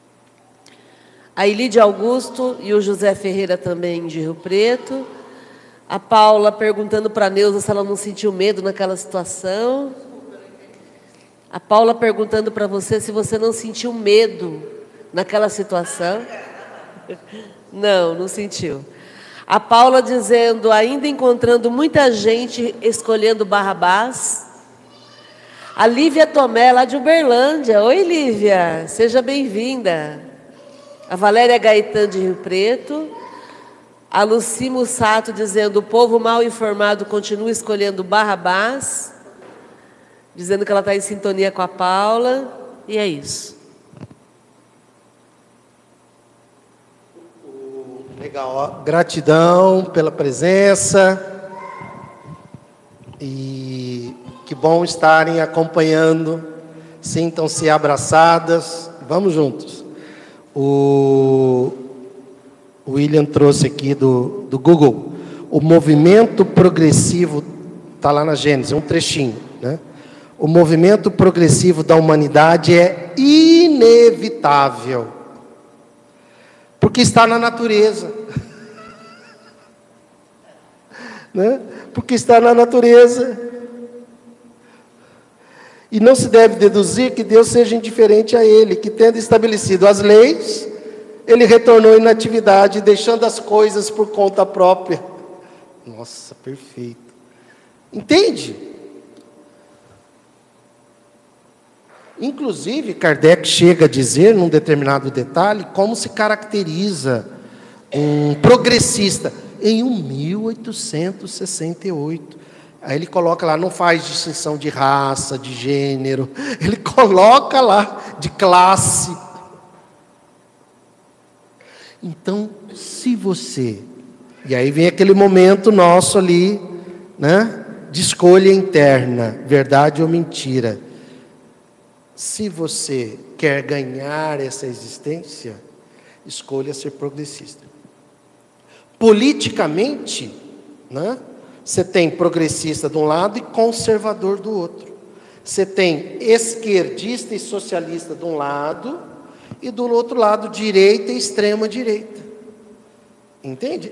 A Ilídia Augusto e o José Ferreira também de Rio Preto. A Paula perguntando para a Neuza se ela não sentiu medo naquela situação. A Paula perguntando para você se você não sentiu medo naquela situação. Não sentiu. A Paula dizendo, ainda encontrando muita gente escolhendo Barrabás. A Lívia Tomé, lá de Uberlândia. Oi, Lívia, seja bem-vinda. A Valéria Gaetan, de Rio Preto. A Luci Mussato dizendo, o povo mal informado continua escolhendo Barrabás. Dizendo que ela está em sintonia com a Paula. E é isso. Legal, ó. Gratidão pela presença. E que bom estarem acompanhando. Sintam-se abraçadas. Vamos juntos. O William trouxe aqui do Google. O movimento progressivo, está lá na Gênesis, um trechinho, né? O movimento progressivo da humanidade é inevitável. Porque está na natureza. Né? Porque está na natureza. E não se deve deduzir que Deus seja indiferente a ele, que tendo estabelecido as leis, ele retornou à inatividade, deixando as coisas por conta própria. Nossa, perfeito. Entende? Inclusive, Kardec chega a dizer, num determinado detalhe, como se caracteriza um progressista em 1868. Aí ele coloca lá, não faz distinção de raça, de gênero, ele coloca lá de classe. Então, se você... E aí vem aquele momento nosso ali, né, de escolha interna, verdade ou mentira. Se você quer ganhar essa existência, escolha ser progressista. Politicamente, né, você tem progressista de um lado e conservador do outro. Você tem esquerdista e socialista de um lado e do outro lado direita e extrema direita. Entende?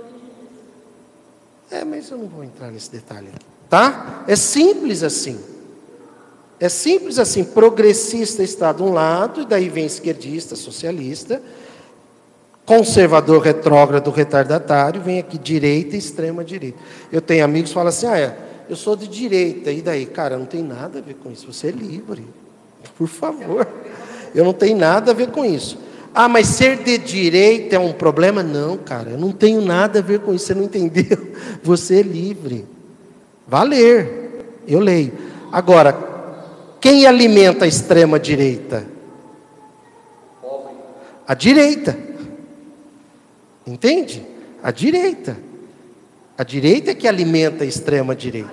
Mas eu não vou entrar nesse detalhe aqui, tá? É simples assim. É simples assim, progressista está de um lado, e daí vem esquerdista, socialista, conservador, retrógrado, retardatário, vem aqui direita e extrema direita. Eu tenho amigos que falam assim, eu sou de direita, e daí? Cara, não tem nada a ver com isso, você é livre, por favor, eu não tenho nada a ver com isso. Mas ser de direita é um problema? Não, cara, eu não tenho nada a ver com isso, você não entendeu? Você é livre. Vá ler, eu leio. Agora, quem alimenta a extrema direita? A direita. Entende? A direita. A direita é que alimenta a extrema direita.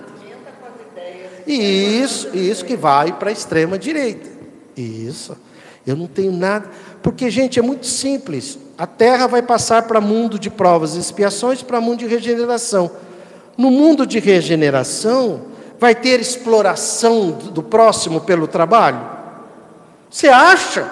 Isso que vai para a extrema direita. Isso. Eu não tenho nada. Porque, gente, é muito simples. A Terra vai passar para mundo de provas e expiações, para mundo de regeneração. No mundo de regeneração, vai ter exploração do próximo pelo trabalho? Você acha?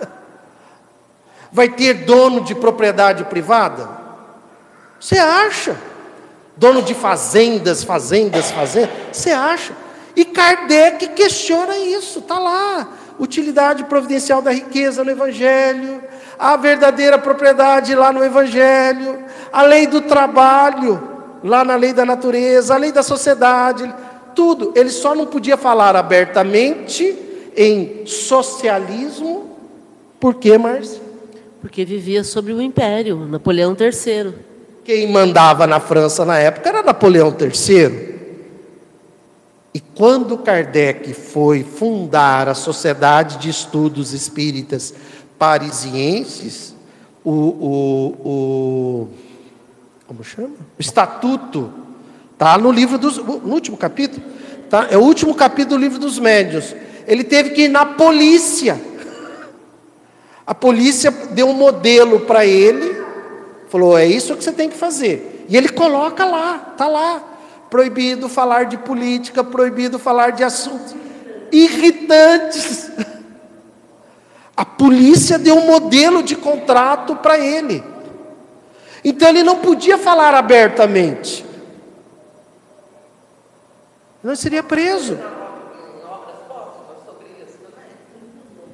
Vai ter dono de propriedade privada? Você acha? Dono de fazendas? Você acha? E Kardec questiona isso, está lá. Utilidade providencial da riqueza no Evangelho, a verdadeira propriedade lá no Evangelho, a lei do trabalho, lá na lei da natureza, a lei da sociedade, tudo. Ele só não podia falar abertamente em socialismo, por quê, Márcia? Porque vivia sobre o Império, Napoleão III. Quem mandava na França na época era Napoleão III. E quando Kardec foi fundar a Sociedade de Estudos Espíritas Parisienses, como chama? O Estatuto, está no último capítulo, tá? É o último capítulo do Livro dos Médiuns. Ele teve que ir na polícia. A polícia deu um modelo para ele, falou, é isso que você tem que fazer. E ele coloca lá, está lá. Proibido falar de política, proibido falar de assuntos irritantes. A polícia deu um modelo de contrato para ele. Então ele não podia falar abertamente. Não seria preso.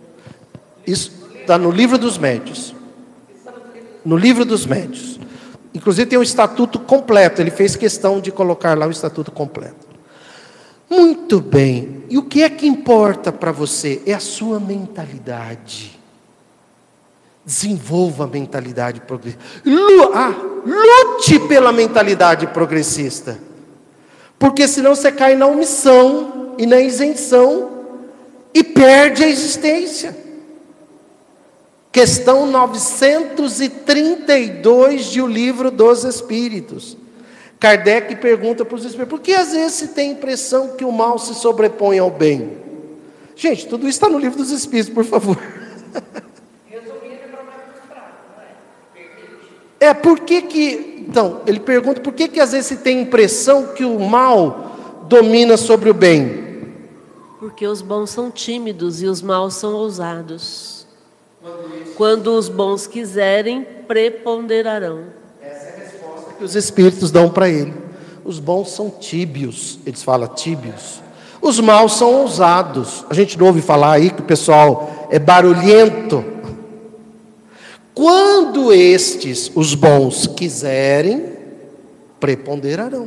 Isso está no Livro dos Médiuns. No Livro dos Médiuns. Inclusive tem um estatuto completo, ele fez questão de colocar lá o estatuto completo. Muito bem, e o que é que importa para você? É a sua mentalidade. Desenvolva a mentalidade progressista. Lute pela mentalidade progressista. Porque senão você cai na omissão e na isenção e perde a existência. Questão 932 de O Livro dos Espíritos. Kardec pergunta para os espíritos: por que às vezes se tem a impressão que o mal se sobrepõe ao bem? Gente, tudo isso está no Livro dos Espíritos, por favor. Por que que... Então, ele pergunta por que às vezes se tem a impressão que o mal domina sobre o bem? Porque os bons são tímidos e os maus são ousados. Quando os bons quiserem, preponderarão. Essa é a resposta que os espíritos dão para ele. Os bons são tíbios, eles falam tíbios. Os maus são ousados. A gente não ouve falar aí que o pessoal é barulhento. Quando estes, os bons, quiserem, preponderarão.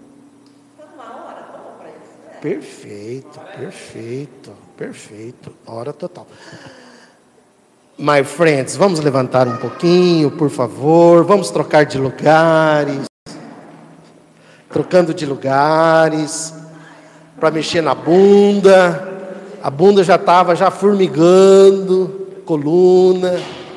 Perfeito, perfeito, perfeito. Hora total. My friends, vamos levantar um pouquinho, por favor. Vamos trocar de lugares. Trocando de lugares. Para mexer na bunda. A bunda já estava formigando. Coluna.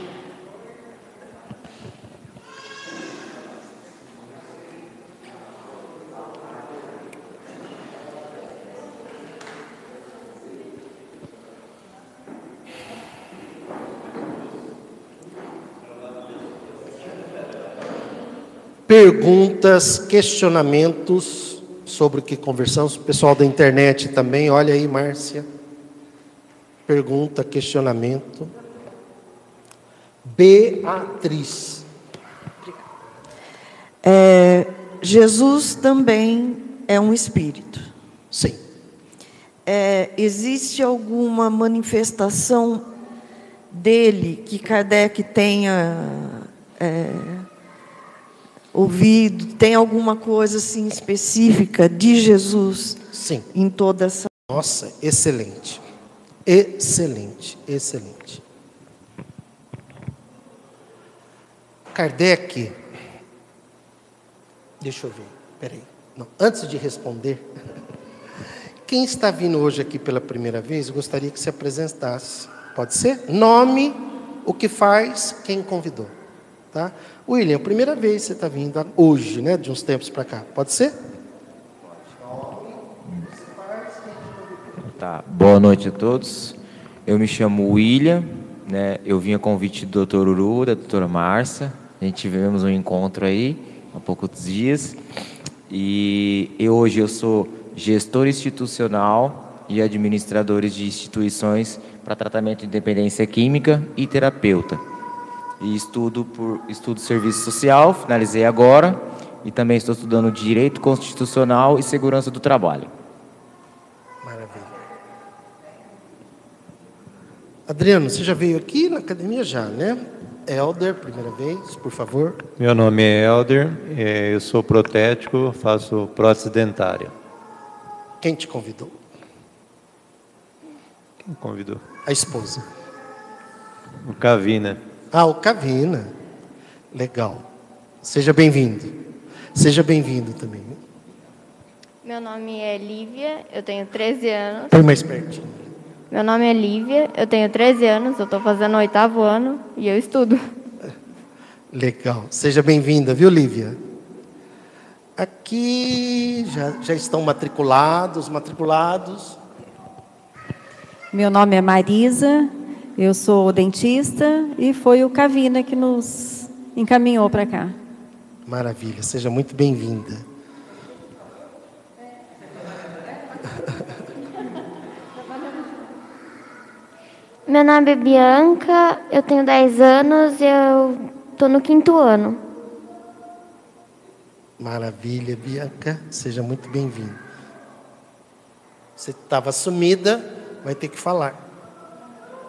Perguntas, questionamentos sobre o que conversamos. O pessoal da internet também, olha aí, Márcia. Pergunta, questionamento. Beatriz. Jesus também é um espírito. Sim. Existe alguma manifestação dele que Kardec tenha ouvido? Tem alguma coisa assim específica de Jesus? Sim. Em toda essa... Nossa, excelente. Excelente, excelente. Kardec, deixa eu ver, peraí. Não, antes de responder, quem está vindo hoje aqui pela primeira vez, eu gostaria que se apresentasse. Pode ser? Nome, o que faz, quem convidou. Tá? William, primeira vez que você está vindo hoje, né, de uns tempos para cá. Pode ser? Tá. Boa noite a todos. Eu me chamo William, né? Eu vim a convite do Dr. Uru, da doutora Márcia. A gente tivemos um encontro aí há poucos dias. E hoje eu sou gestor institucional e administrador de instituições para tratamento de dependência química e terapeuta. E estudo serviço social, finalizei agora, e também estou estudando direito constitucional e segurança do trabalho. Maravilha. Adriano, você já veio aqui na academia já, né? Helder, primeira vez, por favor. Meu nome é Helder, eu sou protético, faço prótese dentária. Quem te convidou? Quem convidou? A esposa. O Cavina. Ah, o Cavina. Legal. Seja bem-vindo. Seja bem-vindo também. Meu nome é Lívia, eu tenho 13 anos. Põe mais pertinho. Meu nome é Lívia, eu tenho 13 anos, eu estou fazendo o 8º ano e eu estudo. Legal. Seja bem-vinda, viu, Lívia? Aqui já estão matriculados. Meu nome é Marisa, eu sou dentista e foi o Cavina que nos encaminhou para cá. Maravilha, seja muito bem-vinda. Meu nome é Bianca, eu tenho 10 anos e eu estou no 5º ano. Maravilha, Bianca, seja muito bem-vinda. Você estava sumida, vai ter que falar.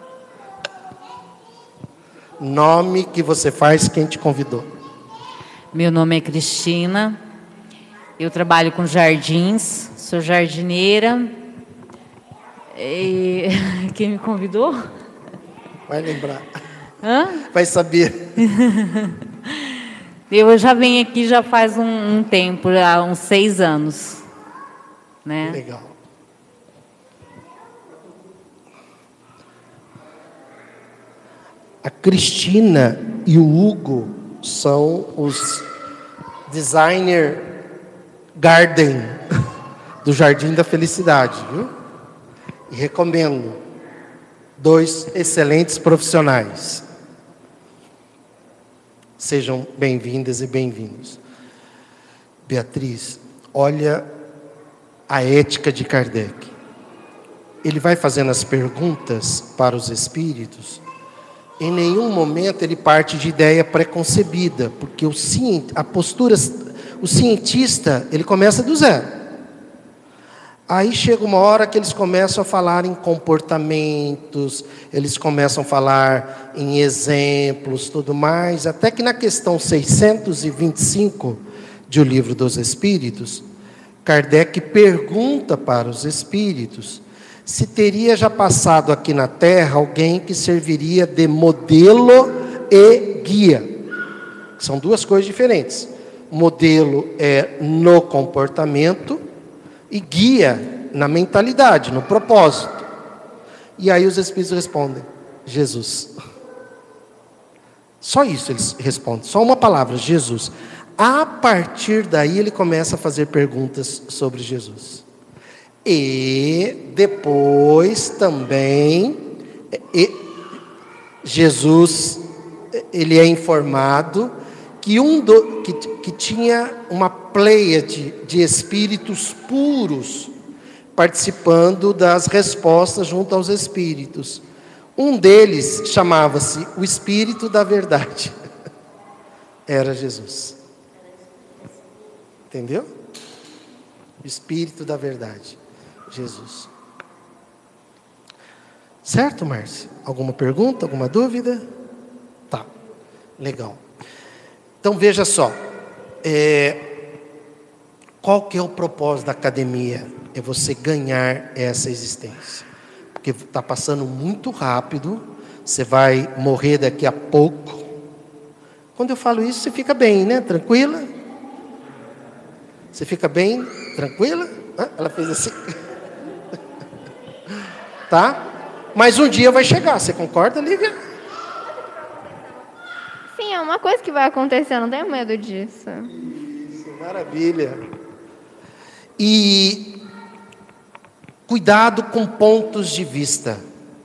Nome que você faz, quem te convidou? Meu nome é Cristina. Eu trabalho com jardins, sou jardineira. E... Quem me convidou? Vai lembrar. Hã? Vai saber. Eu já venho aqui já faz um tempo, há uns 6 anos. Né? Legal. A Cristina e o Hugo são os designer garden do Jardim da Felicidade, viu? E recomendo. 2 excelentes profissionais. Sejam bem-vindas e bem-vindos. Beatriz, olha a ética de Kardec. Ele vai fazendo as perguntas para os espíritos. Em nenhum momento ele parte de ideia preconcebida, porque o cientista, ele começa do zero. Aí chega uma hora que eles começam a falar em comportamentos, eles começam a falar em exemplos, tudo mais, até que na questão 625 de O Livro dos Espíritos, Kardec pergunta para os espíritos se teria já passado aqui na Terra alguém que serviria de modelo e guia. São 2 coisas diferentes. Modelo é no comportamento e guia na mentalidade, no propósito. E aí os espíritos respondem: Jesus. Só isso eles respondem, só uma palavra, Jesus. A partir daí ele começa a fazer perguntas sobre Jesus. E depois também Jesus, ele é informado que que tinha uma pleiade de espíritos puros participando das respostas junto aos espíritos. Um deles chamava-se o Espírito da Verdade. Era Jesus. Entendeu? O Espírito da Verdade. Jesus. Certo, Márcia? Alguma pergunta, alguma dúvida? Tá, legal. Então veja só, qual que é o propósito da academia? É você ganhar essa existência. Porque está passando muito rápido, você vai morrer daqui a pouco. Quando eu falo isso, você fica bem, né? Tranquila? Você fica bem? Tranquila? Ela fez assim. Tá? Mas um dia vai chegar, você concorda, Lívia? Sim, é uma coisa que vai acontecer, eu não tenho medo disso. Isso, maravilha. E cuidado com pontos de vista.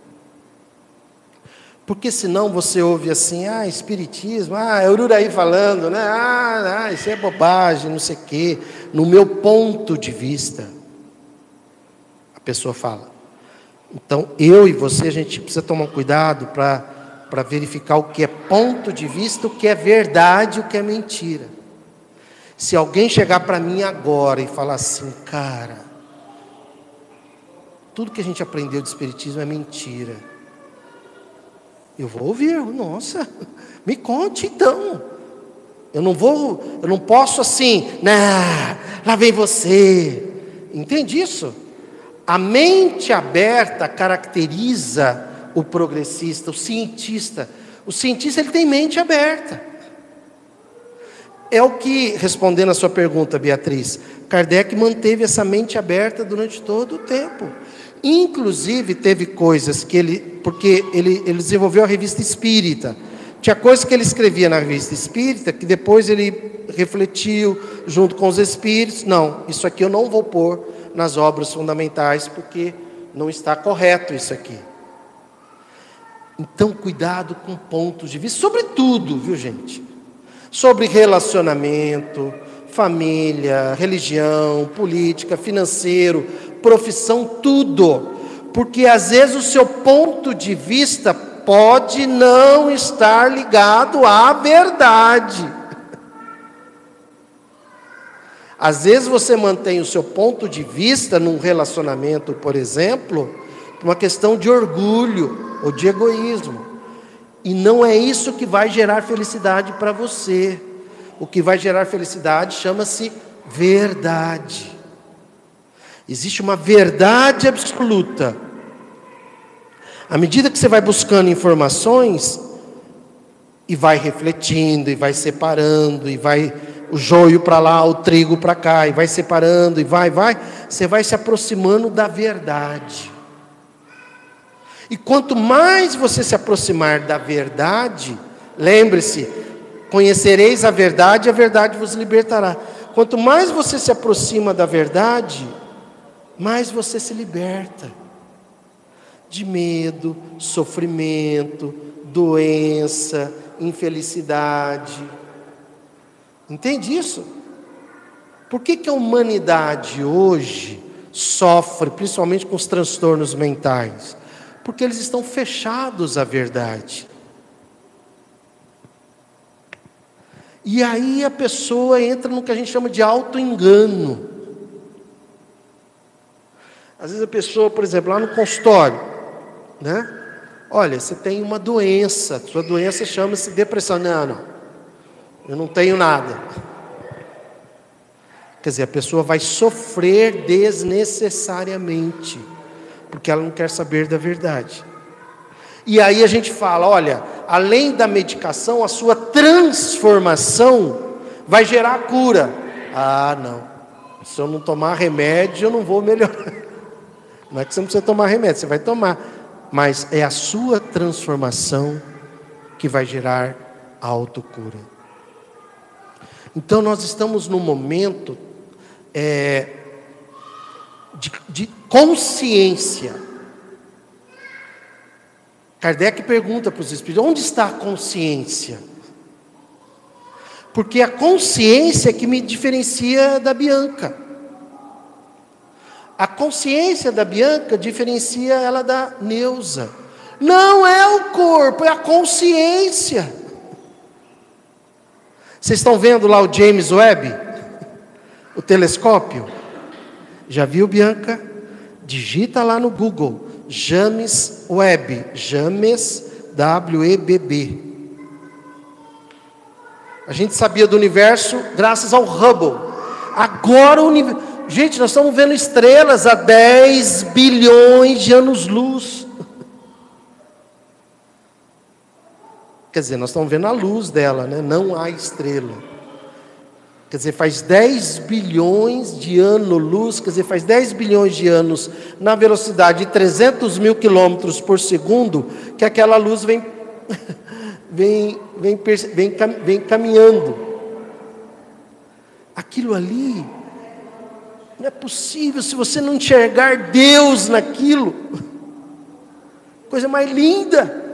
Porque senão você ouve assim, espiritismo, é Ururaí falando, né? Isso é bobagem, não sei o quê. No meu ponto de vista, a pessoa fala. Então, eu e você, a gente precisa tomar cuidado para verificar o que é ponto de vista, o que é verdade, o que é mentira. Se alguém chegar para mim agora e falar assim, cara, tudo que a gente aprendeu de espiritismo é mentira. Eu vou ouvir, nossa, me conte então. Eu não posso assim, lá vem você. Entende isso? A mente aberta caracteriza o progressista, o cientista. O cientista, ele tem mente aberta. É o que, respondendo a sua pergunta, Beatriz, Kardec manteve essa mente aberta durante todo o tempo. Inclusive, teve coisas que porque ele desenvolveu a revista espírita. Tinha coisas que ele escrevia na revista espírita, que depois ele refletiu junto com os espíritos. Não, isso aqui eu não vou pôr nas obras fundamentais, porque não está correto isso aqui. Então, cuidado com pontos de vista, sobre tudo, viu, gente? Sobre relacionamento, família, religião, política, financeiro, profissão, tudo. Porque às vezes o seu ponto de vista pode não estar ligado à verdade. Às vezes você mantém o seu ponto de vista num relacionamento, por exemplo, por uma questão de orgulho ou de egoísmo. E não é isso que vai gerar felicidade para você. o que vai gerar felicidade chama-se verdade. Existe uma verdade absoluta. À medida que você vai buscando informações, e vai refletindo, e vai separando, e vai o joio para lá, o trigo para cá, e vai separando, e vai, você vai se aproximando da verdade. E quanto mais você se aproximar da verdade, lembre-se, conhecereis a verdade vos libertará. Quanto mais você se aproxima da verdade, mais você se liberta de medo, sofrimento, doença, infelicidade. Entende isso? Por que a humanidade hoje sofre, principalmente com os transtornos mentais? Porque eles estão fechados à verdade. E aí a pessoa entra no que a gente chama de auto-engano. Às vezes a pessoa, por exemplo, lá no consultório, né? Olha, você tem uma doença, sua doença chama-se depressão. Não, eu não tenho nada. Quer dizer, a pessoa vai sofrer desnecessariamente, porque ela não quer saber da verdade. E aí a gente fala, olha, além da medicação, a sua transformação vai gerar a cura. Ah, não. Se eu não tomar remédio, eu não vou melhorar. Não é que você não precisa tomar remédio, você vai tomar. Mas é a sua transformação que vai gerar a autocura. Então nós estamos num momento de consciência. Kardec pergunta para os espíritos, onde está a consciência? Porque a consciência é que me diferencia da Bianca. A consciência da Bianca diferencia ela da Neuza. Não é o corpo, é a consciência. Vocês estão vendo lá o James Webb? O telescópio? Já viu, Bianca? Digita lá no Google, James Webb, James, W-E-B-B. A gente sabia do universo graças ao Hubble. Agora o universo... Gente, nós estamos vendo estrelas a 10 bilhões de anos-luz. Quer dizer, nós estamos vendo a luz dela, né? Não há estrela. Quer dizer, faz 10 bilhões de anos-luz, quer dizer, faz 10 bilhões de anos na velocidade de 300 mil quilômetros por segundo, que aquela luz vem caminhando. Aquilo ali... Não é possível se você não enxergar Deus naquilo. Coisa mais linda.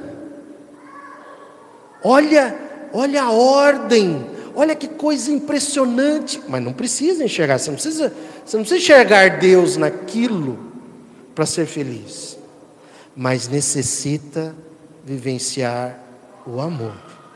Olha a ordem. Olha que coisa impressionante. Mas não precisa enxergar. Você não precisa enxergar Deus naquilo para ser feliz. Mas necessita vivenciar o amor.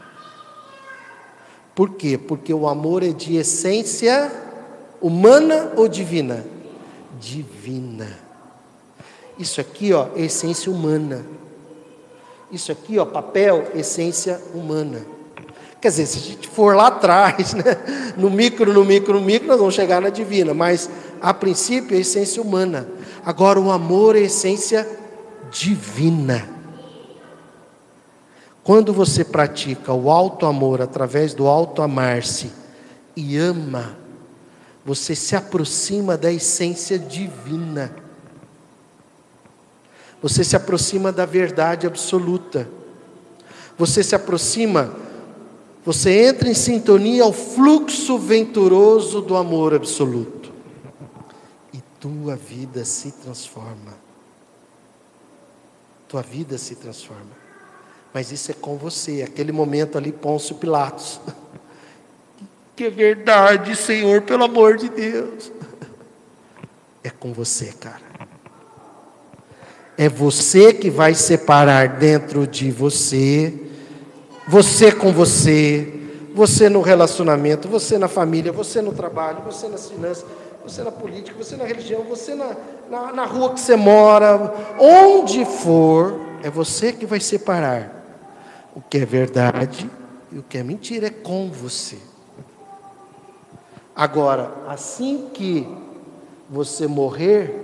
Por quê? Porque o amor é de essência humana ou divina? Divina. Isso aqui, ó, é essência humana. Isso aqui, ó, papel, essência humana. Quer dizer, se a gente for lá atrás, né, no micro, nós vamos chegar na divina. Mas, a princípio, é essência humana. Agora, o amor é essência divina. Quando você pratica o alto amor através do alto amar-se e ama, você se aproxima da essência divina. Você se aproxima da verdade absoluta. Você se aproxima, você entra em sintonia ao fluxo venturoso do amor absoluto. E tua vida se transforma. Tua vida se transforma. Mas isso é com você, aquele momento ali, Pôncio Pilatos. Que é verdade, Senhor, pelo amor de Deus. É com você, cara. É você que vai separar dentro de você, você com você, você no relacionamento, você na família, você no trabalho, você nas finanças, você na política, você na religião, você na rua que você mora, onde for, é você que vai separar o que é verdade e o que é mentira, é com você. Agora, assim que você morrer,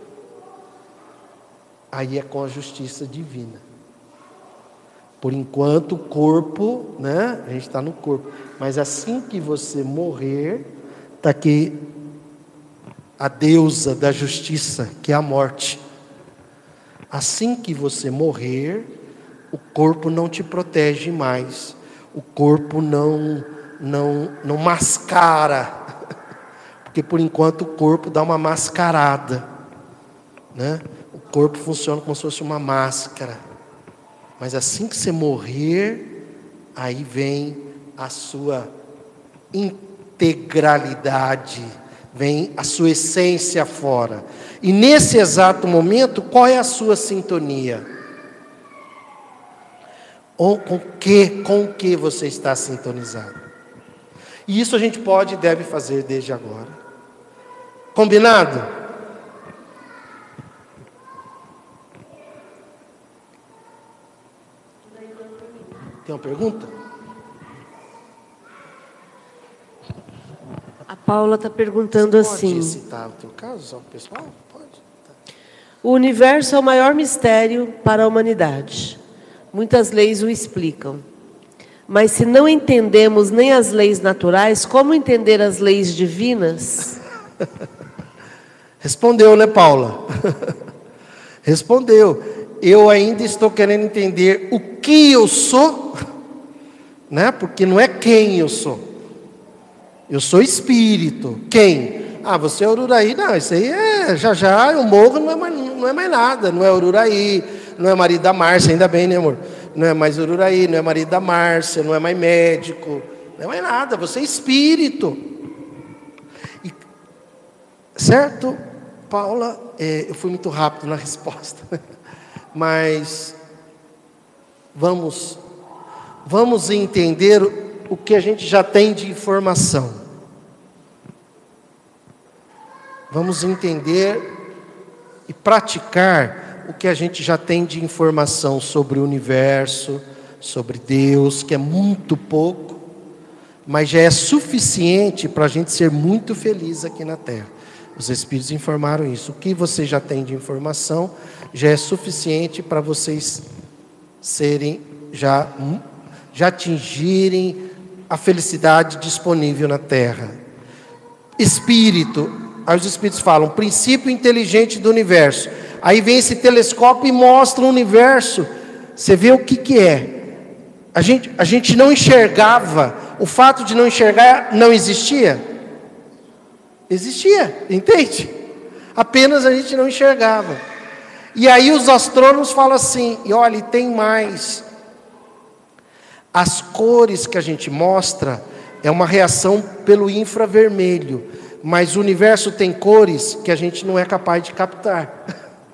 aí é com a justiça divina. Por enquanto o corpo, né? A gente está no corpo. Mas assim que você morrer, está aqui a deusa da justiça, que é a morte. Assim que você morrer, o corpo não te protege mais. O corpo não mascara. Porque por enquanto o corpo dá uma mascarada, né? O corpo funciona como se fosse uma máscara. Mas assim que você morrer, aí vem a sua integralidade, vem a sua essência fora. E nesse exato momento, qual é a sua sintonia? Ou com o que você está sintonizado? E isso a gente pode e deve fazer desde agora. Combinado? Tem uma pergunta? A Paula está perguntando assim. Pode citar o teu caso, só o pessoal? Pode. O universo é o maior mistério para a humanidade. Muitas leis o explicam. Mas se não entendemos nem as leis naturais, como entender as leis divinas? Respondeu, né, Paula? Respondeu. Eu ainda estou querendo entender o que eu sou, né? Porque não é quem eu sou. Eu sou espírito. Quem? Ah, você é Ururaí. Não, isso aí é já eu morro, não é mais nada. Não é Ururaí, não é marido da Márcia, ainda bem, né, amor? Não é mais Ururaí, não é marido da Márcia, não é mais médico, não é mais nada. Você é espírito. Certo, Paula? Eu fui muito rápido na resposta. Mas vamos entender o que a gente já tem de informação. Vamos entender e praticar o que a gente já tem de informação sobre o universo, sobre Deus, que é muito pouco, mas já é suficiente para a gente ser muito feliz aqui na Terra. Os Espíritos informaram isso. O que você já tem de informação já é suficiente para vocês serem, já atingirem a felicidade disponível na Terra. Espírito, aí os Espíritos falam, princípio inteligente do universo. Aí vem esse telescópio e mostra o universo. Você vê o que é. A gente não enxergava. O fato de não enxergar não existia? Existia, entende? Apenas a gente não enxergava. E aí os astrônomos falam assim, e olha, tem mais. As cores que a gente mostra é uma reação pelo infravermelho, mas o universo tem cores que a gente não é capaz de captar.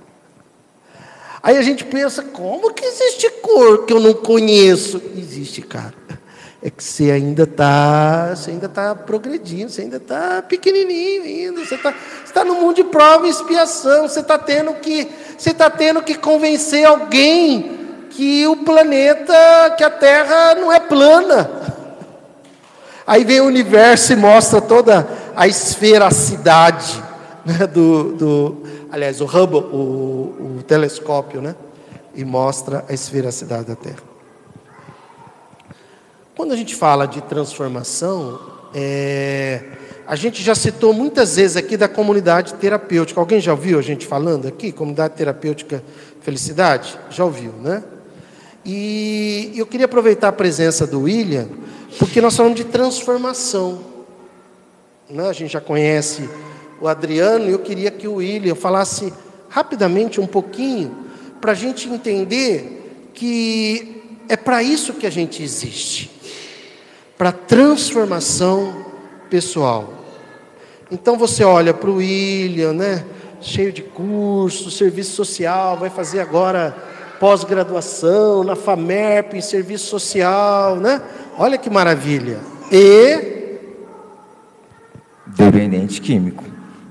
Aí a gente pensa, como que existe cor que eu não conheço? Existe, cara. É que você ainda está progredindo, você ainda está pequenininho ainda, você está no mundo de prova e expiação, você está tendo que convencer alguém que o planeta, que a Terra não é plana. Aí vem o universo e mostra toda a esferacidade, né, aliás, o Hubble, o telescópio, né, e mostra a esferacidade da Terra. Quando a gente fala de transformação, a gente já citou muitas vezes aqui da comunidade terapêutica. Alguém já ouviu a gente falando aqui? Comunidade terapêutica Felicidade? Já ouviu, né? E eu queria aproveitar a presença do William, porque nós falamos de transformação, né? A gente já conhece o Adriano, e eu queria que o William falasse rapidamente um pouquinho, para a gente entender que é para isso que a gente existe. Para transformação pessoal. Então você olha para o William, né, cheio de curso, serviço social, vai fazer agora pós-graduação na FAMERP, em serviço social, né? Olha que maravilha. E dependente químico.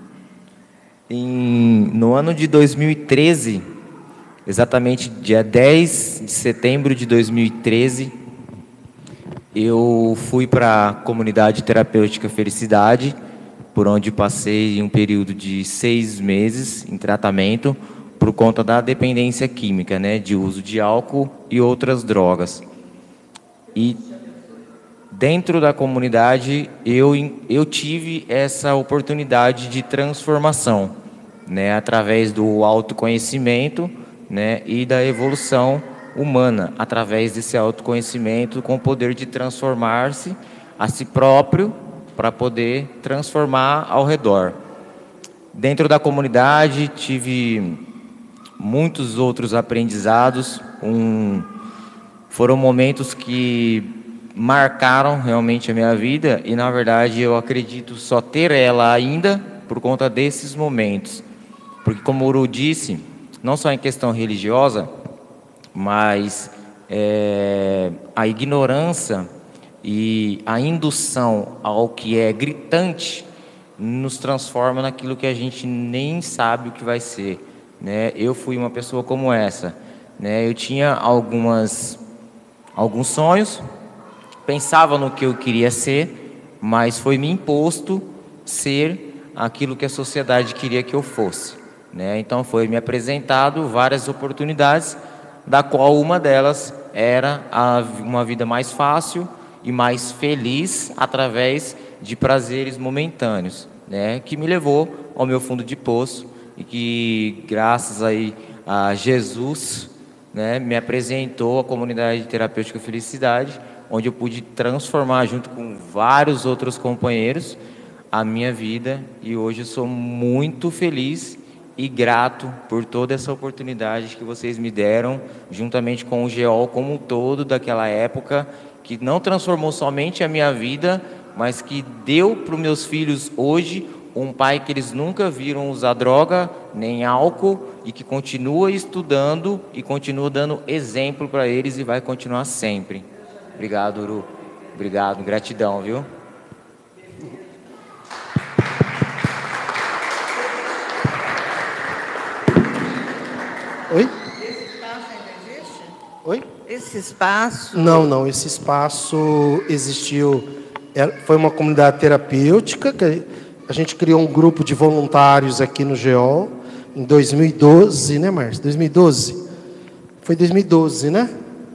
No ano de 2013, exatamente dia 10 de setembro de 2013, Eu fui para a comunidade terapêutica Felicidade, por onde passei um período de 6 meses em tratamento por conta da dependência química, né, de uso de álcool e outras drogas. E dentro da comunidade eu tive essa oportunidade de transformação, né, através do autoconhecimento, né, e da evolução humana, através desse autoconhecimento com o poder de transformar-se a si próprio para poder transformar ao redor. Dentro da comunidade tive muitos outros aprendizados, foram momentos que marcaram realmente a minha vida e, na verdade, eu acredito só ter ela ainda por conta desses momentos. Porque, como o Uru disse, não só em questão religiosa, mas a ignorância e a indução ao que é gritante nos transforma naquilo que a gente nem sabe o que vai ser, né? Eu fui uma pessoa como essa, né? Eu tinha alguns sonhos, pensava no que eu queria ser, mas foi me imposto ser aquilo que a sociedade queria que eu fosse, né? Então foi me apresentado várias oportunidades, da qual uma delas era uma vida mais fácil e mais feliz através de prazeres momentâneos, né? Que me levou ao meu fundo de poço e que, graças aí a Jesus, né, me apresentou a comunidade terapêutica Felicidade, onde eu pude transformar, junto com vários outros companheiros, a minha vida, e hoje eu sou muito feliz e grato por toda essa oportunidade que vocês me deram, juntamente com o GEOL como um todo daquela época, que não transformou somente a minha vida, mas que deu para os meus filhos hoje um pai que eles nunca viram usar droga, nem álcool, e que continua estudando e continua dando exemplo para eles e vai continuar sempre. Obrigado, Uru. Obrigado, gratidão, viu? Oi? Esse espaço ainda existe? Oi? Esse espaço... Não, esse espaço existiu, foi uma comunidade terapêutica, que a gente criou um grupo de voluntários aqui no GEOL, em 2012, né, Márcio? 2012? Foi 2012, né?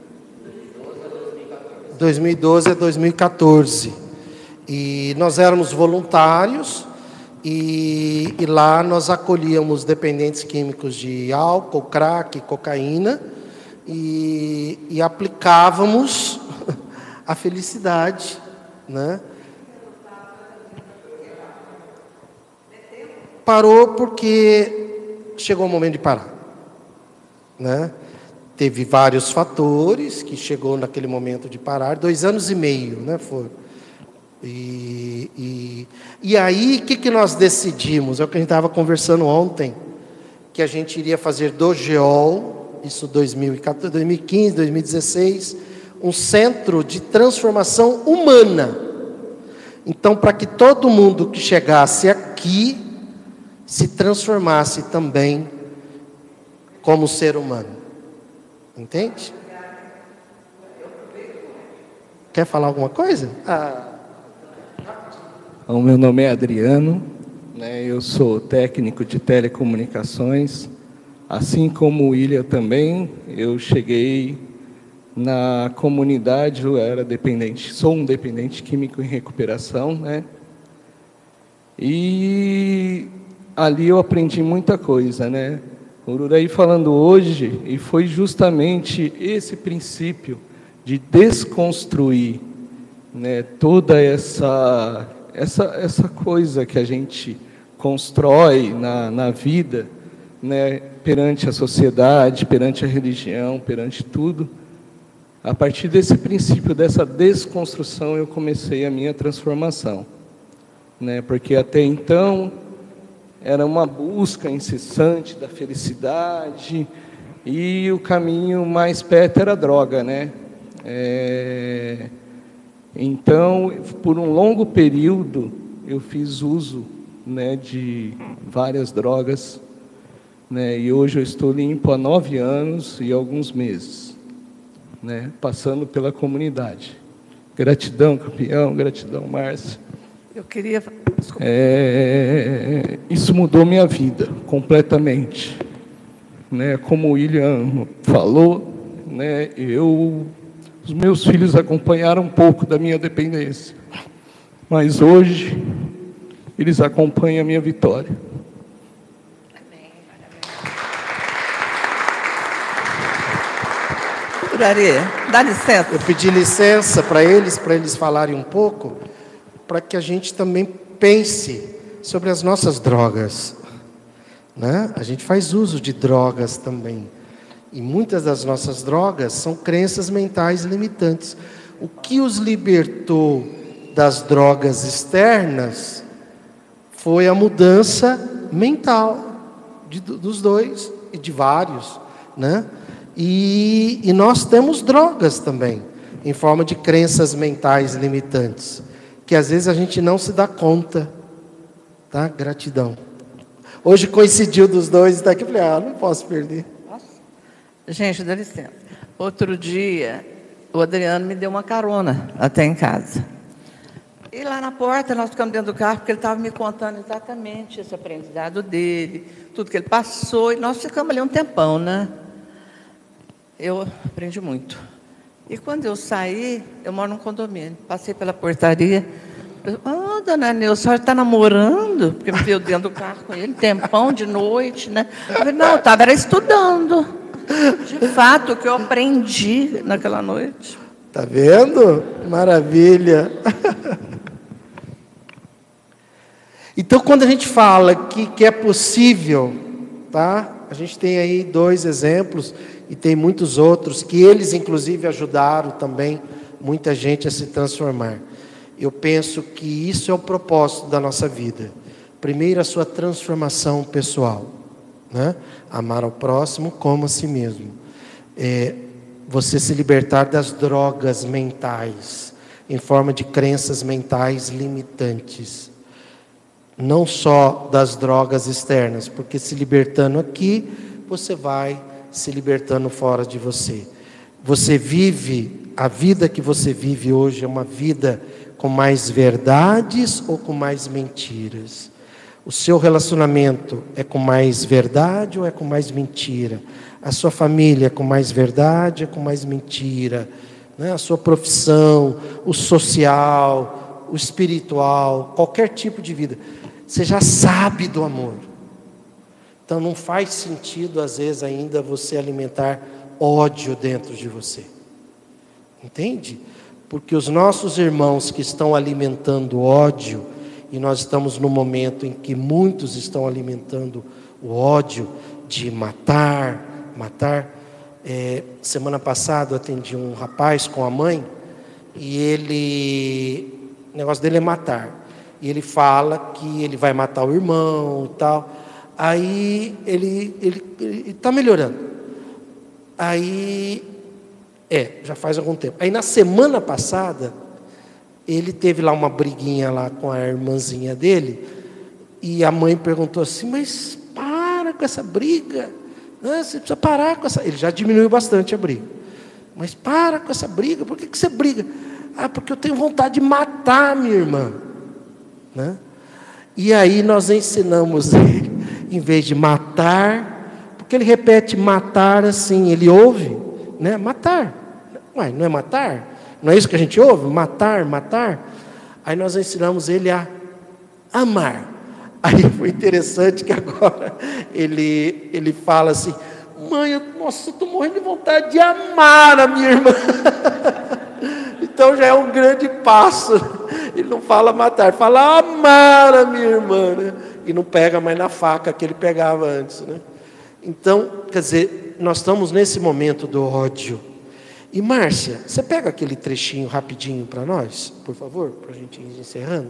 2012 a 2014. E nós éramos voluntários, e lá nós acolhíamos dependentes químicos de álcool, crack, cocaína, e aplicávamos a felicidade, né? Parou porque chegou o momento de parar, né? Teve vários fatores que chegou naquele momento de parar, 2 anos e meio, né? Foi. E aí, o que nós decidimos? É o que a gente estava conversando ontem, que a gente iria fazer do GEOL, isso 2014, 2015, 2016, um centro de transformação humana. Então, para que todo mundo que chegasse aqui se transformasse também como ser humano. Entende? Quer falar alguma coisa? O meu nome é Adriano, né? Eu sou técnico de telecomunicações. Assim como o William também, eu cheguei na comunidade, eu era dependente, sou um dependente químico em recuperação, né? E ali eu aprendi muita coisa, né? O Ururaí falando hoje, e foi justamente esse princípio de desconstruir, né, toda essa coisa que a gente constrói na vida, né, perante a sociedade, perante a religião, perante tudo. A partir desse princípio, dessa desconstrução, eu comecei a minha transformação, né? Porque até então era uma busca incessante da felicidade e o caminho mais perto era a droga, né? Então, por um longo período, eu fiz uso, né, de várias drogas, né? E hoje eu estou limpo há 9 anos e alguns meses, né, passando pela comunidade. Gratidão, campeão, gratidão, Márcia. Eu queria... Isso mudou minha vida completamente. Né? Como o William falou, né? Os meus filhos acompanharam um pouco da minha dependência. Mas hoje, eles acompanham a minha vitória. Dá licença. Eu pedi licença para eles falarem um pouco, para que a gente também pense sobre as nossas drogas, né? A gente faz uso de drogas também, e muitas das nossas drogas são crenças mentais limitantes. O que os libertou das drogas externas foi a mudança mental dos dois e de vários, né? E nós temos drogas também, em forma de crenças mentais limitantes, que às vezes a gente não se dá conta, tá? Gratidão. Hoje coincidiu dos dois, está aqui, eu falei, não posso perder. Nossa. Gente, dá licença. Outro dia, o Adriano me deu uma carona até em casa. E lá na porta, nós ficamos dentro do carro, porque ele estava me contando exatamente esse aprendizado dele, tudo que ele passou, e nós ficamos ali um tempão, né? Eu aprendi muito. E quando eu saí, eu moro num condomínio, passei pela portaria, dona Neuza, a senhora está namorando? Porque me veio dentro do carro com ele, tempão de noite, né? Eu falei, não, eu estava estudando. De fato, o que eu aprendi naquela noite. Tá vendo? Maravilha. Então, quando a gente fala que é possível, tá? A gente tem aí 2 exemplos, e tem muitos outros, que eles inclusive ajudaram também muita gente a se transformar. Eu penso que isso é o propósito da nossa vida. Primeiro, a sua transformação pessoal, né? Amar ao próximo como a si mesmo. Você se libertar das drogas mentais, em forma de crenças mentais limitantes. Não só das drogas externas, porque se libertando aqui, você vai se libertando fora de você. Você vive, a vida que você vive hoje é uma vida com mais verdades ou com mais mentiras? O seu relacionamento é com mais verdade ou é com mais mentira? A sua família é com mais verdade ou é com mais mentira? Né? A sua profissão, o social, o espiritual, qualquer tipo de vida. Você já sabe do amor. Então não faz sentido, às vezes, ainda você alimentar ódio dentro de você. Entende? Porque os nossos irmãos que estão alimentando ódio, e nós estamos no momento em que muitos estão alimentando o ódio de matar. Semana passada eu atendi um rapaz com a mãe, e o negócio dele é matar. E ele fala que ele vai matar o irmão e tal. Aí ele está melhorando. Aí, já faz algum tempo. Aí na semana passada, ele teve lá uma briguinha lá com a irmãzinha dele, e a mãe perguntou assim, mas para com essa briga, né? Você precisa parar com essa... Ele já diminuiu bastante a briga. Mas para com essa briga, por que você briga? Porque eu tenho vontade de matar a minha irmã. Né? E aí nós ensinamos ele, em vez de matar, porque ele repete matar assim, ele ouve, né? Matar. Ué, não é matar? Não é isso que a gente ouve? Matar. Aí nós ensinamos ele a amar. Aí foi interessante que agora ele fala assim, mãe, eu estou morrendo de vontade de amar a minha irmã. Então já é um grande passo. Ele não fala matar, fala amar a minha irmã, né? E não pega mais na faca que ele pegava antes, né? Então, quer dizer, nós estamos nesse momento do ódio. E Márcia, você pega aquele trechinho rapidinho para nós, por favor, para a gente ir encerrando.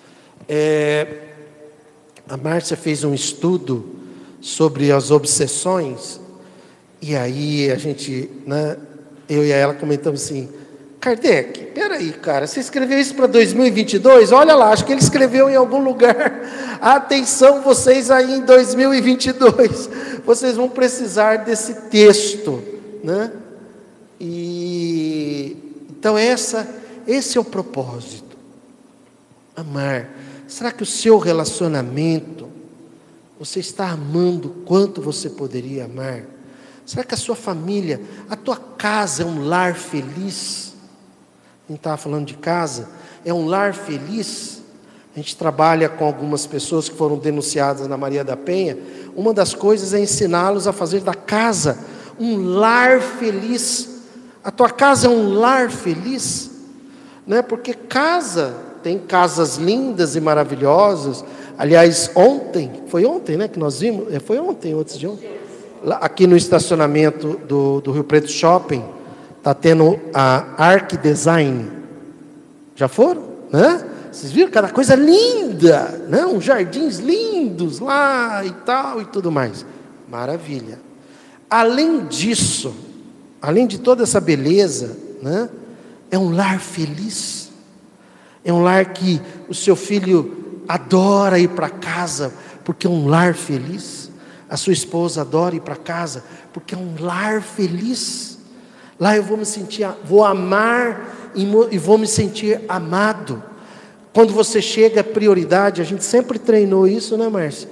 A Márcia fez um estudo sobre as obsessões, e aí a gente, né, eu e ela comentamos assim, Kardec, peraí, cara, você escreveu isso para 2022? Olha lá, acho que ele escreveu em algum lugar. Atenção, vocês aí em 2022, vocês vão precisar desse texto, né? E então essa esse é o propósito. Amar. Será que o seu relacionamento, você está amando quanto você poderia amar? Será que a sua família, a tua casa é um lar feliz? A gente estava falando de casa, é um lar feliz? A gente trabalha com algumas pessoas que foram denunciadas na Maria da Penha. Uma das coisas é ensiná-los a fazer da casa um lar feliz. A tua casa é um lar feliz? Não é? Porque casa, tem casas lindas e maravilhosas. Aliás, foi ontem, né, que nós vimos? Foi ontem, antes de ontem. Lá, aqui no estacionamento do Rio Preto Shopping, está tendo a Arc Design. Já foram? Né? Vocês viram cada coisa linda, né? Uns jardins lindos lá e tal e tudo mais. Maravilha. Além disso, além de toda essa beleza, né? É um lar feliz. É um lar que o seu filho adora ir para casa, porque é um lar feliz. A sua esposa adora ir para casa, porque é um lar feliz. Lá eu vou amar e vou me sentir amado. Quando você chega, a prioridade, a gente sempre treinou isso, né, Márcia?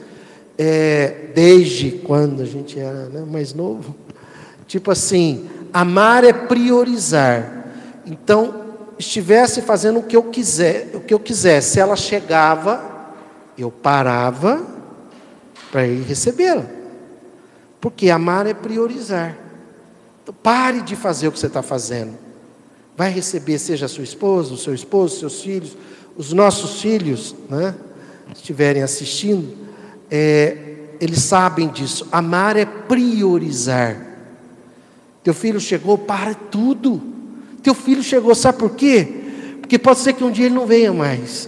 Desde quando a gente era, né, mais novo. Tipo assim, amar é priorizar. Então, estivesse fazendo o que eu quisesse. Se ela chegava, eu parava para ir recebê-la. Porque amar é priorizar. Então, pare de fazer o que você está fazendo. Vai receber, seja a sua esposa, o seu esposo, seus filhos, os nossos filhos, né, se estiverem assistindo, eles sabem disso. Amar é priorizar. Teu filho chegou, para tudo. Teu filho chegou, sabe por quê? Porque pode ser que um dia ele não venha mais.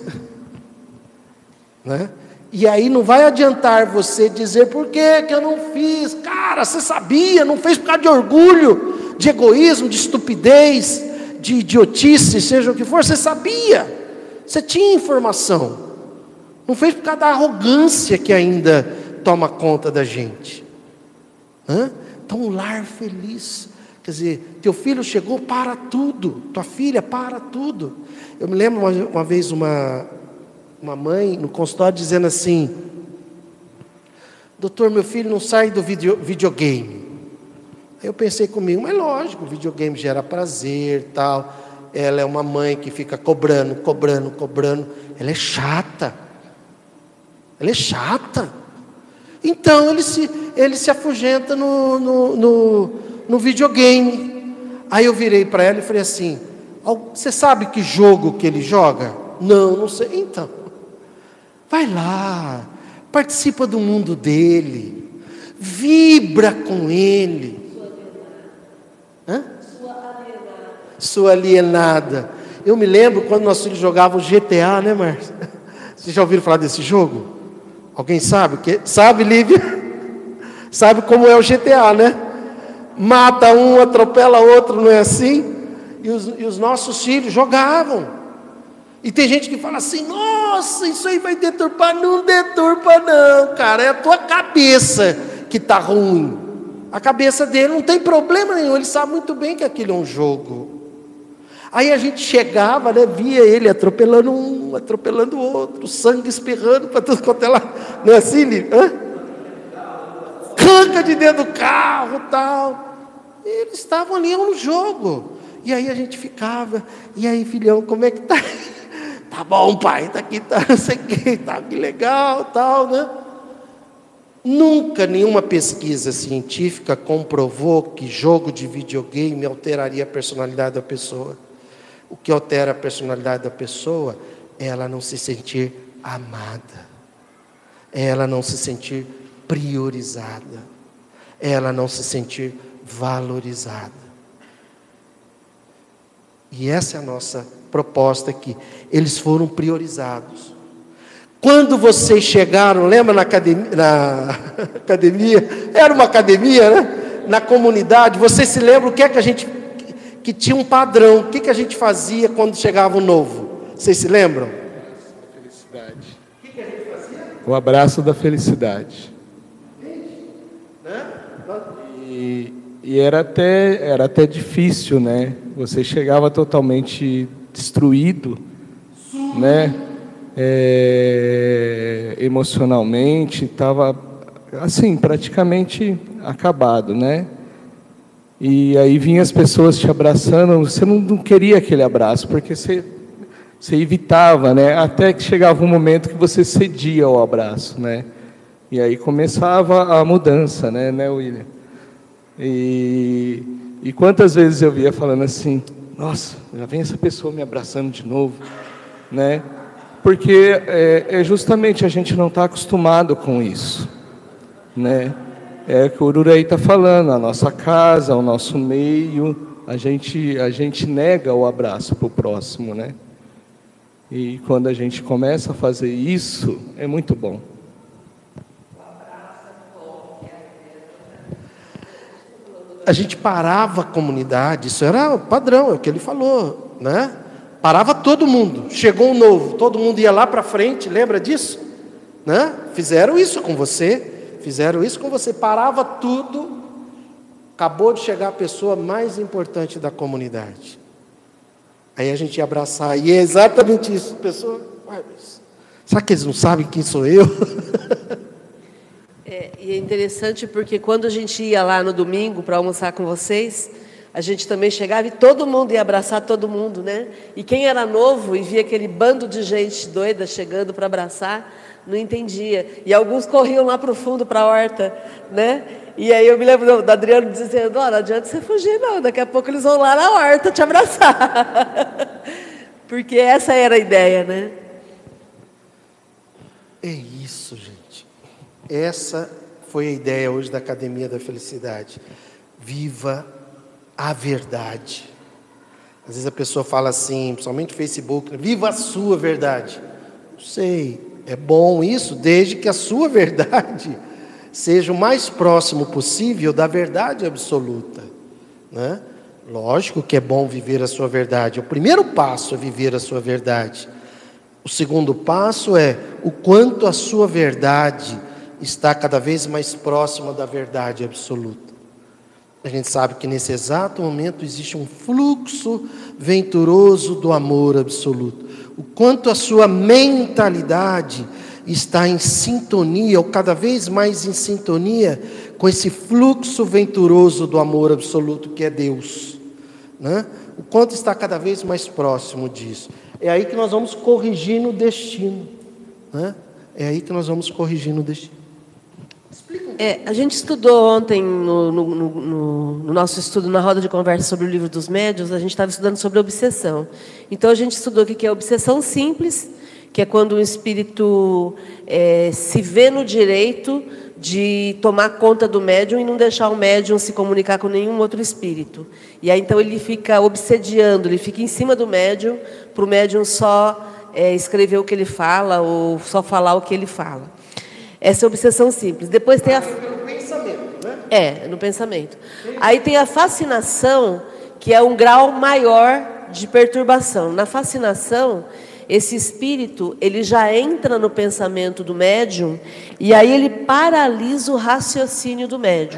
Né? E aí não vai adiantar você dizer, por que eu não fiz? Cara, você sabia, não fez por causa de orgulho, de egoísmo, de estupidez, de idiotice, seja o que for, você sabia. Você tinha informação. Não fez por causa da arrogância que ainda toma conta da gente. Então, um lar feliz. Quer dizer, teu filho chegou, para tudo. Tua filha, para tudo. Eu me lembro uma vez uma mãe no consultório dizendo assim: doutor, meu filho não sai do videogame. Aí eu pensei comigo, mas lógico, o videogame gera prazer, tal. Ela é uma mãe que fica cobrando. Ela é chata. Então ele se afugenta no videogame. Aí eu virei para ela e falei assim: você sabe que jogo que ele joga? Não sei. Então, vai lá, participa do mundo dele, vibra com ele. Sua alienada. Eu me lembro quando nossos filhos jogavam GTA, né, Márcia? Vocês já ouviram falar desse jogo? Alguém sabe? Sabe, Lívia? Sabe como é o GTA, né? Mata um, atropela outro, não é assim? E os nossos filhos jogavam. E tem gente que fala assim: nossa, isso aí vai deturpar. Não deturpa não, cara. É a tua cabeça que está ruim. A cabeça dele não tem problema nenhum. Ele sabe muito bem que aquilo é um jogo. Aí a gente chegava, né, via ele atropelando um, atropelando o outro, sangue espirrando para tudo quanto é lá. Não é assim, Lívia? Canca de dentro do carro, tal. E eles estavam ali, é um jogo. E aí a gente ficava: e aí, filhão, como é que tá? Tá bom, pai, tá aqui, tá, não sei o que, tá, que legal, tal, né? Nunca nenhuma pesquisa científica comprovou que jogo de videogame alteraria a personalidade da pessoa. O que altera a personalidade da pessoa é ela não se sentir amada, é ela não se sentir priorizada, é ela não se sentir valorizada. E essa é a nossa proposta aqui. Eles foram priorizados. Quando vocês chegaram, lembra na academia? Era uma academia, né? Na comunidade, vocês se lembram o que é que a gente... que tinha um padrão, o que a gente fazia quando chegava o novo? Vocês se lembram? Felicidade. O que a gente fazia? O abraço da felicidade. E era até difícil, né? Você chegava totalmente destruído, né? Emocionalmente, estava assim, praticamente acabado, né? E aí vinham as pessoas te abraçando, você não queria aquele abraço, porque você evitava, né? Até que chegava um momento que você cedia ao abraço, né? E aí começava a mudança, né, William? E quantas vezes eu via falando assim, nossa, já vem essa pessoa me abraçando de novo, né? Porque justamente a gente não está acostumado com isso, né? É o que o Ururaí está falando, a nossa casa, o nosso meio, a gente nega o abraço para o próximo, né? E quando a gente começa a fazer isso, é muito bom. A gente parava a comunidade, isso era o padrão, é o que ele falou, né? Parava todo mundo, chegou um novo, todo mundo ia lá para frente, lembra disso? Né? Fizeram isso com você, parava tudo, acabou de chegar a pessoa mais importante da comunidade. Aí a gente ia abraçar, e é exatamente isso, a pessoa, será que eles não sabem quem sou eu? E é interessante porque quando a gente ia lá no domingo para almoçar com vocês, a gente também chegava e todo mundo ia abraçar todo mundo, né? E quem era novo e via aquele bando de gente doida chegando para abraçar, não entendia. E alguns corriam lá para o fundo, para a horta, né? E aí eu me lembro do Adriano dizendo, não adianta você fugir não, daqui a pouco eles vão lá na horta te abraçar. Porque essa era a ideia, né? É isso, gente. Essa foi a ideia hoje da Academia da Felicidade. Viva a verdade. Às vezes a pessoa fala assim, principalmente no Facebook, viva a sua verdade. Não sei, é bom isso, desde que a sua verdade seja o mais próximo possível da verdade absoluta, né? Lógico que é bom viver a sua verdade. O primeiro passo é viver a sua verdade. O segundo passo é o quanto a sua verdade está cada vez mais próxima da verdade absoluta. A gente sabe que nesse exato momento existe um fluxo venturoso do amor absoluto. O quanto a sua mentalidade está em sintonia, ou cada vez mais em sintonia, com esse fluxo venturoso do amor absoluto que é Deus, né? O quanto está cada vez mais próximo disso. É aí que nós vamos corrigindo o destino, né? É aí que nós vamos corrigindo o destino. A gente estudou ontem, no nosso estudo, na roda de conversa sobre o livro dos médiuns, a gente estava estudando sobre obsessão. Então, a gente estudou o que é obsessão simples, que é quando o espírito se vê no direito de tomar conta do médium e não deixar o médium se comunicar com nenhum outro espírito. E aí, então, ele fica obsediando, ele fica em cima do médium, para o médium só escrever o que ele fala, ou só falar o que ele fala. Essa é a obsessão simples. Depois tem no pensamento, né? No pensamento. Aí tem a fascinação, que é um grau maior de perturbação. Na fascinação, esse espírito, ele já entra no pensamento do médium, e aí ele paralisa o raciocínio do médium.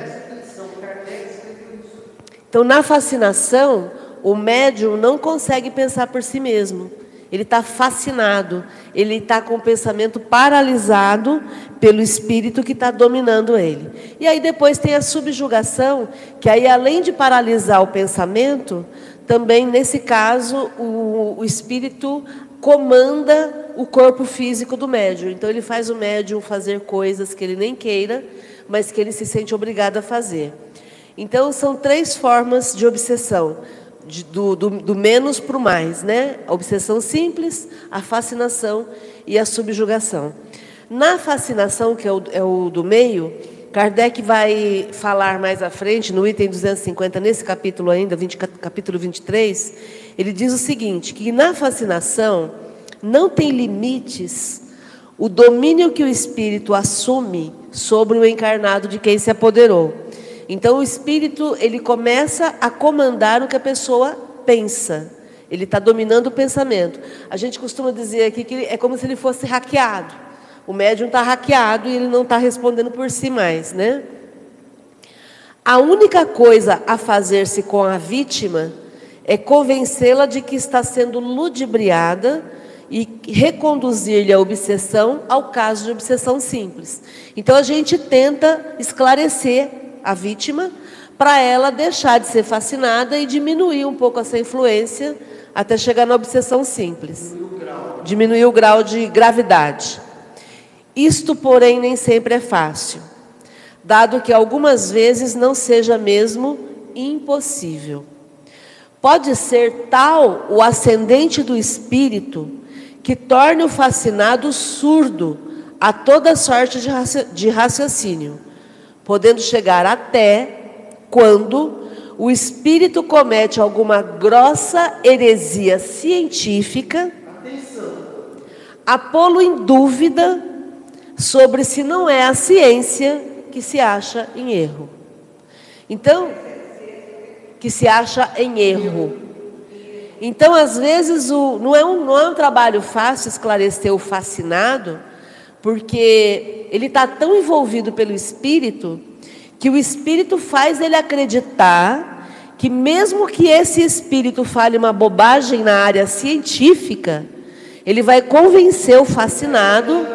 Então, na fascinação, o médium não consegue pensar por si mesmo. Ele está fascinado, ele está com o pensamento paralisado pelo espírito que está dominando ele. E aí depois tem a subjugação, que aí além de paralisar o pensamento, também nesse caso o espírito comanda o corpo físico do médium. Então ele faz o médium fazer coisas que ele nem queira, mas que ele se sente obrigado a fazer. Então são 3 formas de obsessão. Do menos para o mais, né? A obsessão simples, a fascinação e a subjugação. Na fascinação, que é o do meio, Kardec vai falar mais à frente, no item 250, nesse capítulo ainda, capítulo 23, ele diz o seguinte, que na fascinação não tem limites o domínio que o espírito assume sobre o encarnado de quem se apoderou. Então, o espírito, ele começa a comandar o que a pessoa pensa. Ele está dominando o pensamento. A gente costuma dizer aqui que é como se ele fosse hackeado. O médium está hackeado e ele não está respondendo por si mais, né? A única coisa a fazer-se com a vítima é convencê-la de que está sendo ludibriada e reconduzir-lhe a obsessão ao caso de obsessão simples. Então a gente tenta esclarecer a vítima para ela deixar de ser fascinada e diminuir um pouco essa influência até chegar na obsessão simples. Diminuir o grau de gravidade. Isto, porém, nem sempre é fácil, dado que algumas vezes não seja mesmo impossível. Pode ser tal o ascendente do espírito que torne o fascinado surdo a toda sorte de raciocínio, podendo chegar até quando o espírito comete alguma grossa heresia científica, a pô-lo em dúvida sobre se não é a ciência que se acha em erro. Então, que se acha em erro. Então, às vezes, não é um trabalho fácil esclarecer o fascinado, porque ele está tão envolvido pelo espírito, que o espírito faz ele acreditar que mesmo que esse espírito fale uma bobagem na área científica, ele vai convencer o fascinado,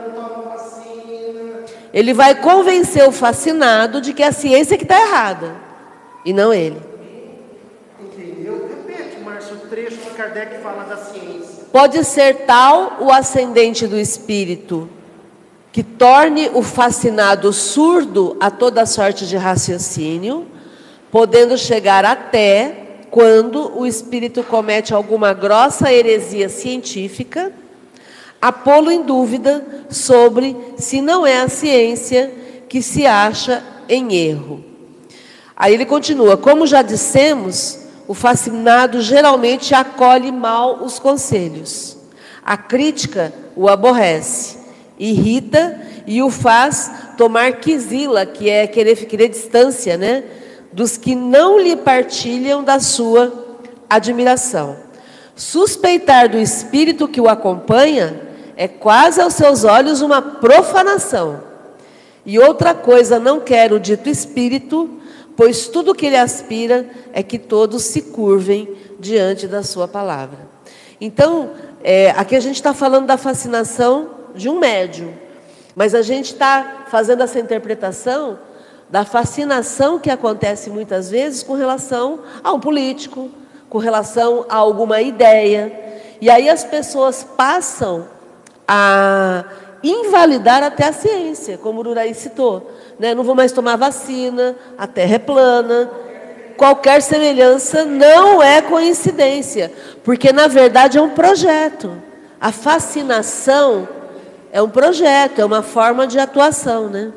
de que a ciência que está errada, e não ele. Entendeu? Repete, Márcio, o trecho que Kardec fala da ciência. Pode ser tal o ascendente do espírito que torne o fascinado surdo a toda sorte de raciocínio, podendo chegar até quando o espírito comete alguma grossa heresia científica, a pô-lo em dúvida sobre se não é a ciência que se acha em erro. Aí ele continua: como já dissemos, o fascinado geralmente acolhe mal os conselhos. A crítica o aborrece, irrita e o faz tomar quizila, que é querer distância, né, dos que não lhe partilham da sua admiração. Suspeitar do espírito que o acompanha é quase aos seus olhos uma profanação. E outra coisa não quer o dito espírito, pois tudo que ele aspira é que todos se curvem diante da sua palavra. Então, aqui a gente está falando da fascinação de um médium, mas a gente está fazendo essa interpretação da fascinação que acontece muitas vezes com relação a um político, com relação a alguma ideia, e aí as pessoas passam a invalidar até a ciência, como o Uraí citou, né? Não vou mais tomar vacina, a Terra é plana. Qualquer semelhança não é coincidência, porque na verdade é um projeto. A fascinação é um projeto, é uma forma de atuação, né?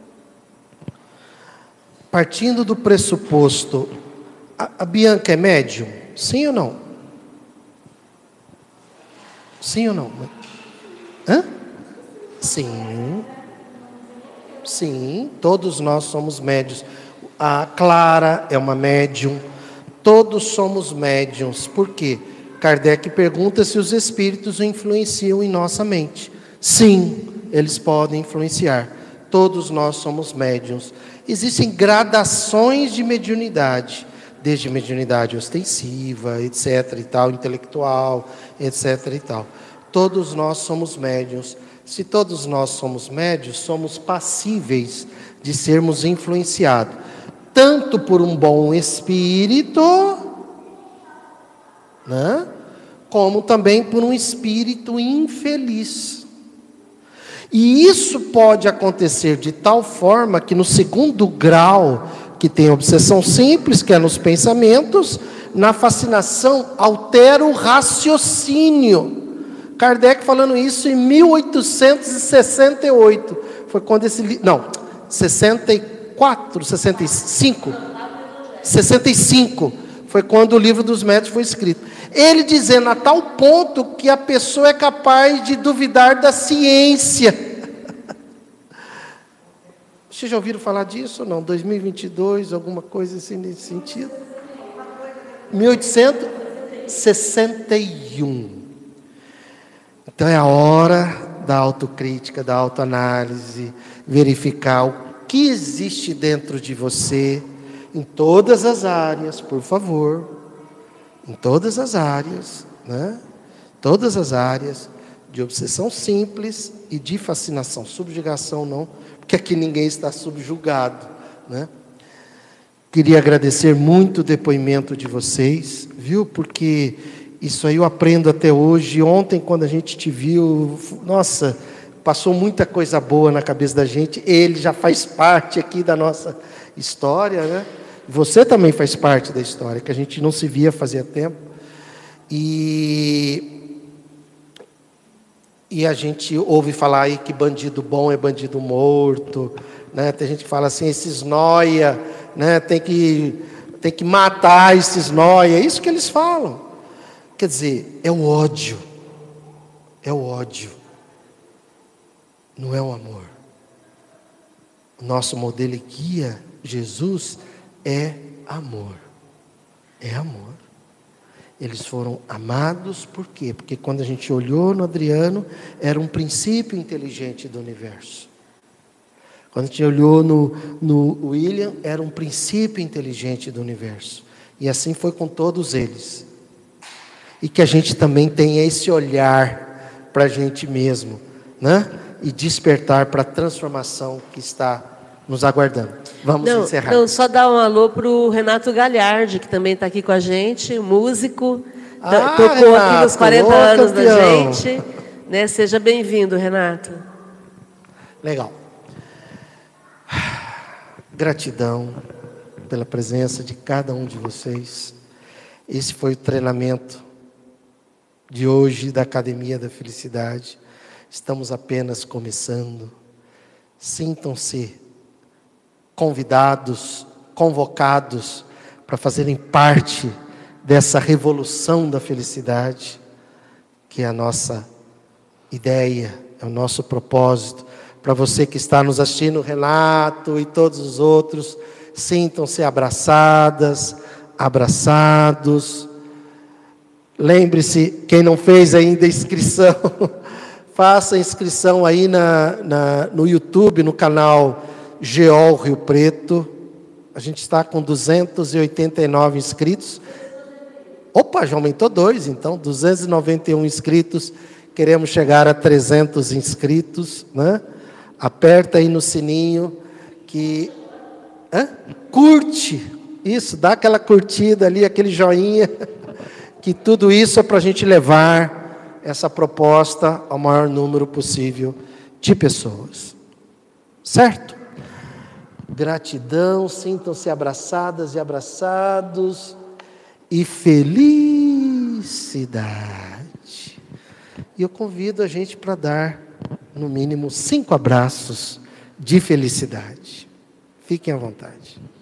Partindo do pressuposto, a Bianca é médium? Sim ou não? Sim ou não? Hã? Sim. Sim, todos nós somos médiuns. A Clara é uma médium. Todos somos médiuns. Por quê? Kardec pergunta se os espíritos influenciam em nossa mente. Sim, eles podem influenciar. Todos nós somos médiuns. Existem gradações de mediunidade, desde mediunidade ostensiva, etc. e tal, intelectual, etc. e tal. Todos nós somos médiuns. Se todos nós somos médiuns, somos passíveis de sermos influenciados, tanto por um bom espírito, né, como também por um espírito infeliz. E isso pode acontecer de tal forma que no segundo grau, que tem a obsessão simples, que é nos pensamentos, na fascinação altera o raciocínio. Kardec falando isso em 1868. Foi quando esse livro... Não, 64, 65. 65. Foi quando o Livro dos Médiuns foi escrito. Ele dizendo a tal ponto que a pessoa é capaz de duvidar da ciência. Vocês já ouviram falar disso ou não? 2022, alguma coisa assim nesse sentido? 1861. Então é a hora da autocrítica, da autoanálise, verificar o que existe dentro de você, em todas as áreas, por favor. em todas as áreas, né? Todas as áreas, de obsessão simples e de fascinação. Subjugação não, porque aqui ninguém está subjugado, né? Queria agradecer muito o depoimento de vocês, viu? Porque isso aí eu aprendo até hoje. Ontem, quando a gente te viu, nossa, passou muita coisa boa na cabeça da gente. Ele já faz parte aqui da nossa história, né? Você também faz parte da história, que a gente não se via fazia tempo. E a gente ouve falar aí que bandido bom é bandido morto, né? Tem gente que fala assim, esses nóia, né? Tem que matar esses nóia. É isso que eles falam. Quer dizer, é o ódio. É o ódio. Não é o amor. O nosso modelo e guia, Jesus, é amor. É amor. Eles foram amados por quê? Porque quando a gente olhou no Adriano, era um princípio inteligente do universo. Quando a gente olhou no William, era um princípio inteligente do universo. E assim foi com todos eles. E que a gente também tenha esse olhar para a gente mesmo, né? E despertar para a transformação que está nos aguardando. Vamos encerrar. Não, só dar um alô para o Renato Galhardi, que também está aqui com a gente, músico, tocou Renato, aqui nos 40 anos campeão da gente. Né? Seja bem-vindo, Renato. Legal. Gratidão pela presença de cada um de vocês. Esse foi o treinamento de hoje da Academia da Felicidade. Estamos apenas começando. Sintam-se convidados, convocados para fazerem parte dessa revolução da felicidade, que é a nossa ideia, é o nosso propósito. Para você que está nos assistindo, Renato e todos os outros, sintam-se abraçadas, abraçados. Lembre-se, quem não fez ainda a inscrição, faça a inscrição aí no YouTube, no canal GEOL Rio Preto. A gente está com 289 inscritos. Opa, já aumentou 2, então, 291 inscritos. Queremos chegar a 300 inscritos, né? Aperta aí no sininho que... Curte! Isso, dá aquela curtida ali, aquele joinha. Que tudo isso é para a gente levar essa proposta ao maior número possível de pessoas. Certo? Gratidão, sintam-se abraçadas e abraçados. E felicidade. E eu convido a gente para dar, no mínimo, 5 abraços de felicidade. Fiquem à vontade.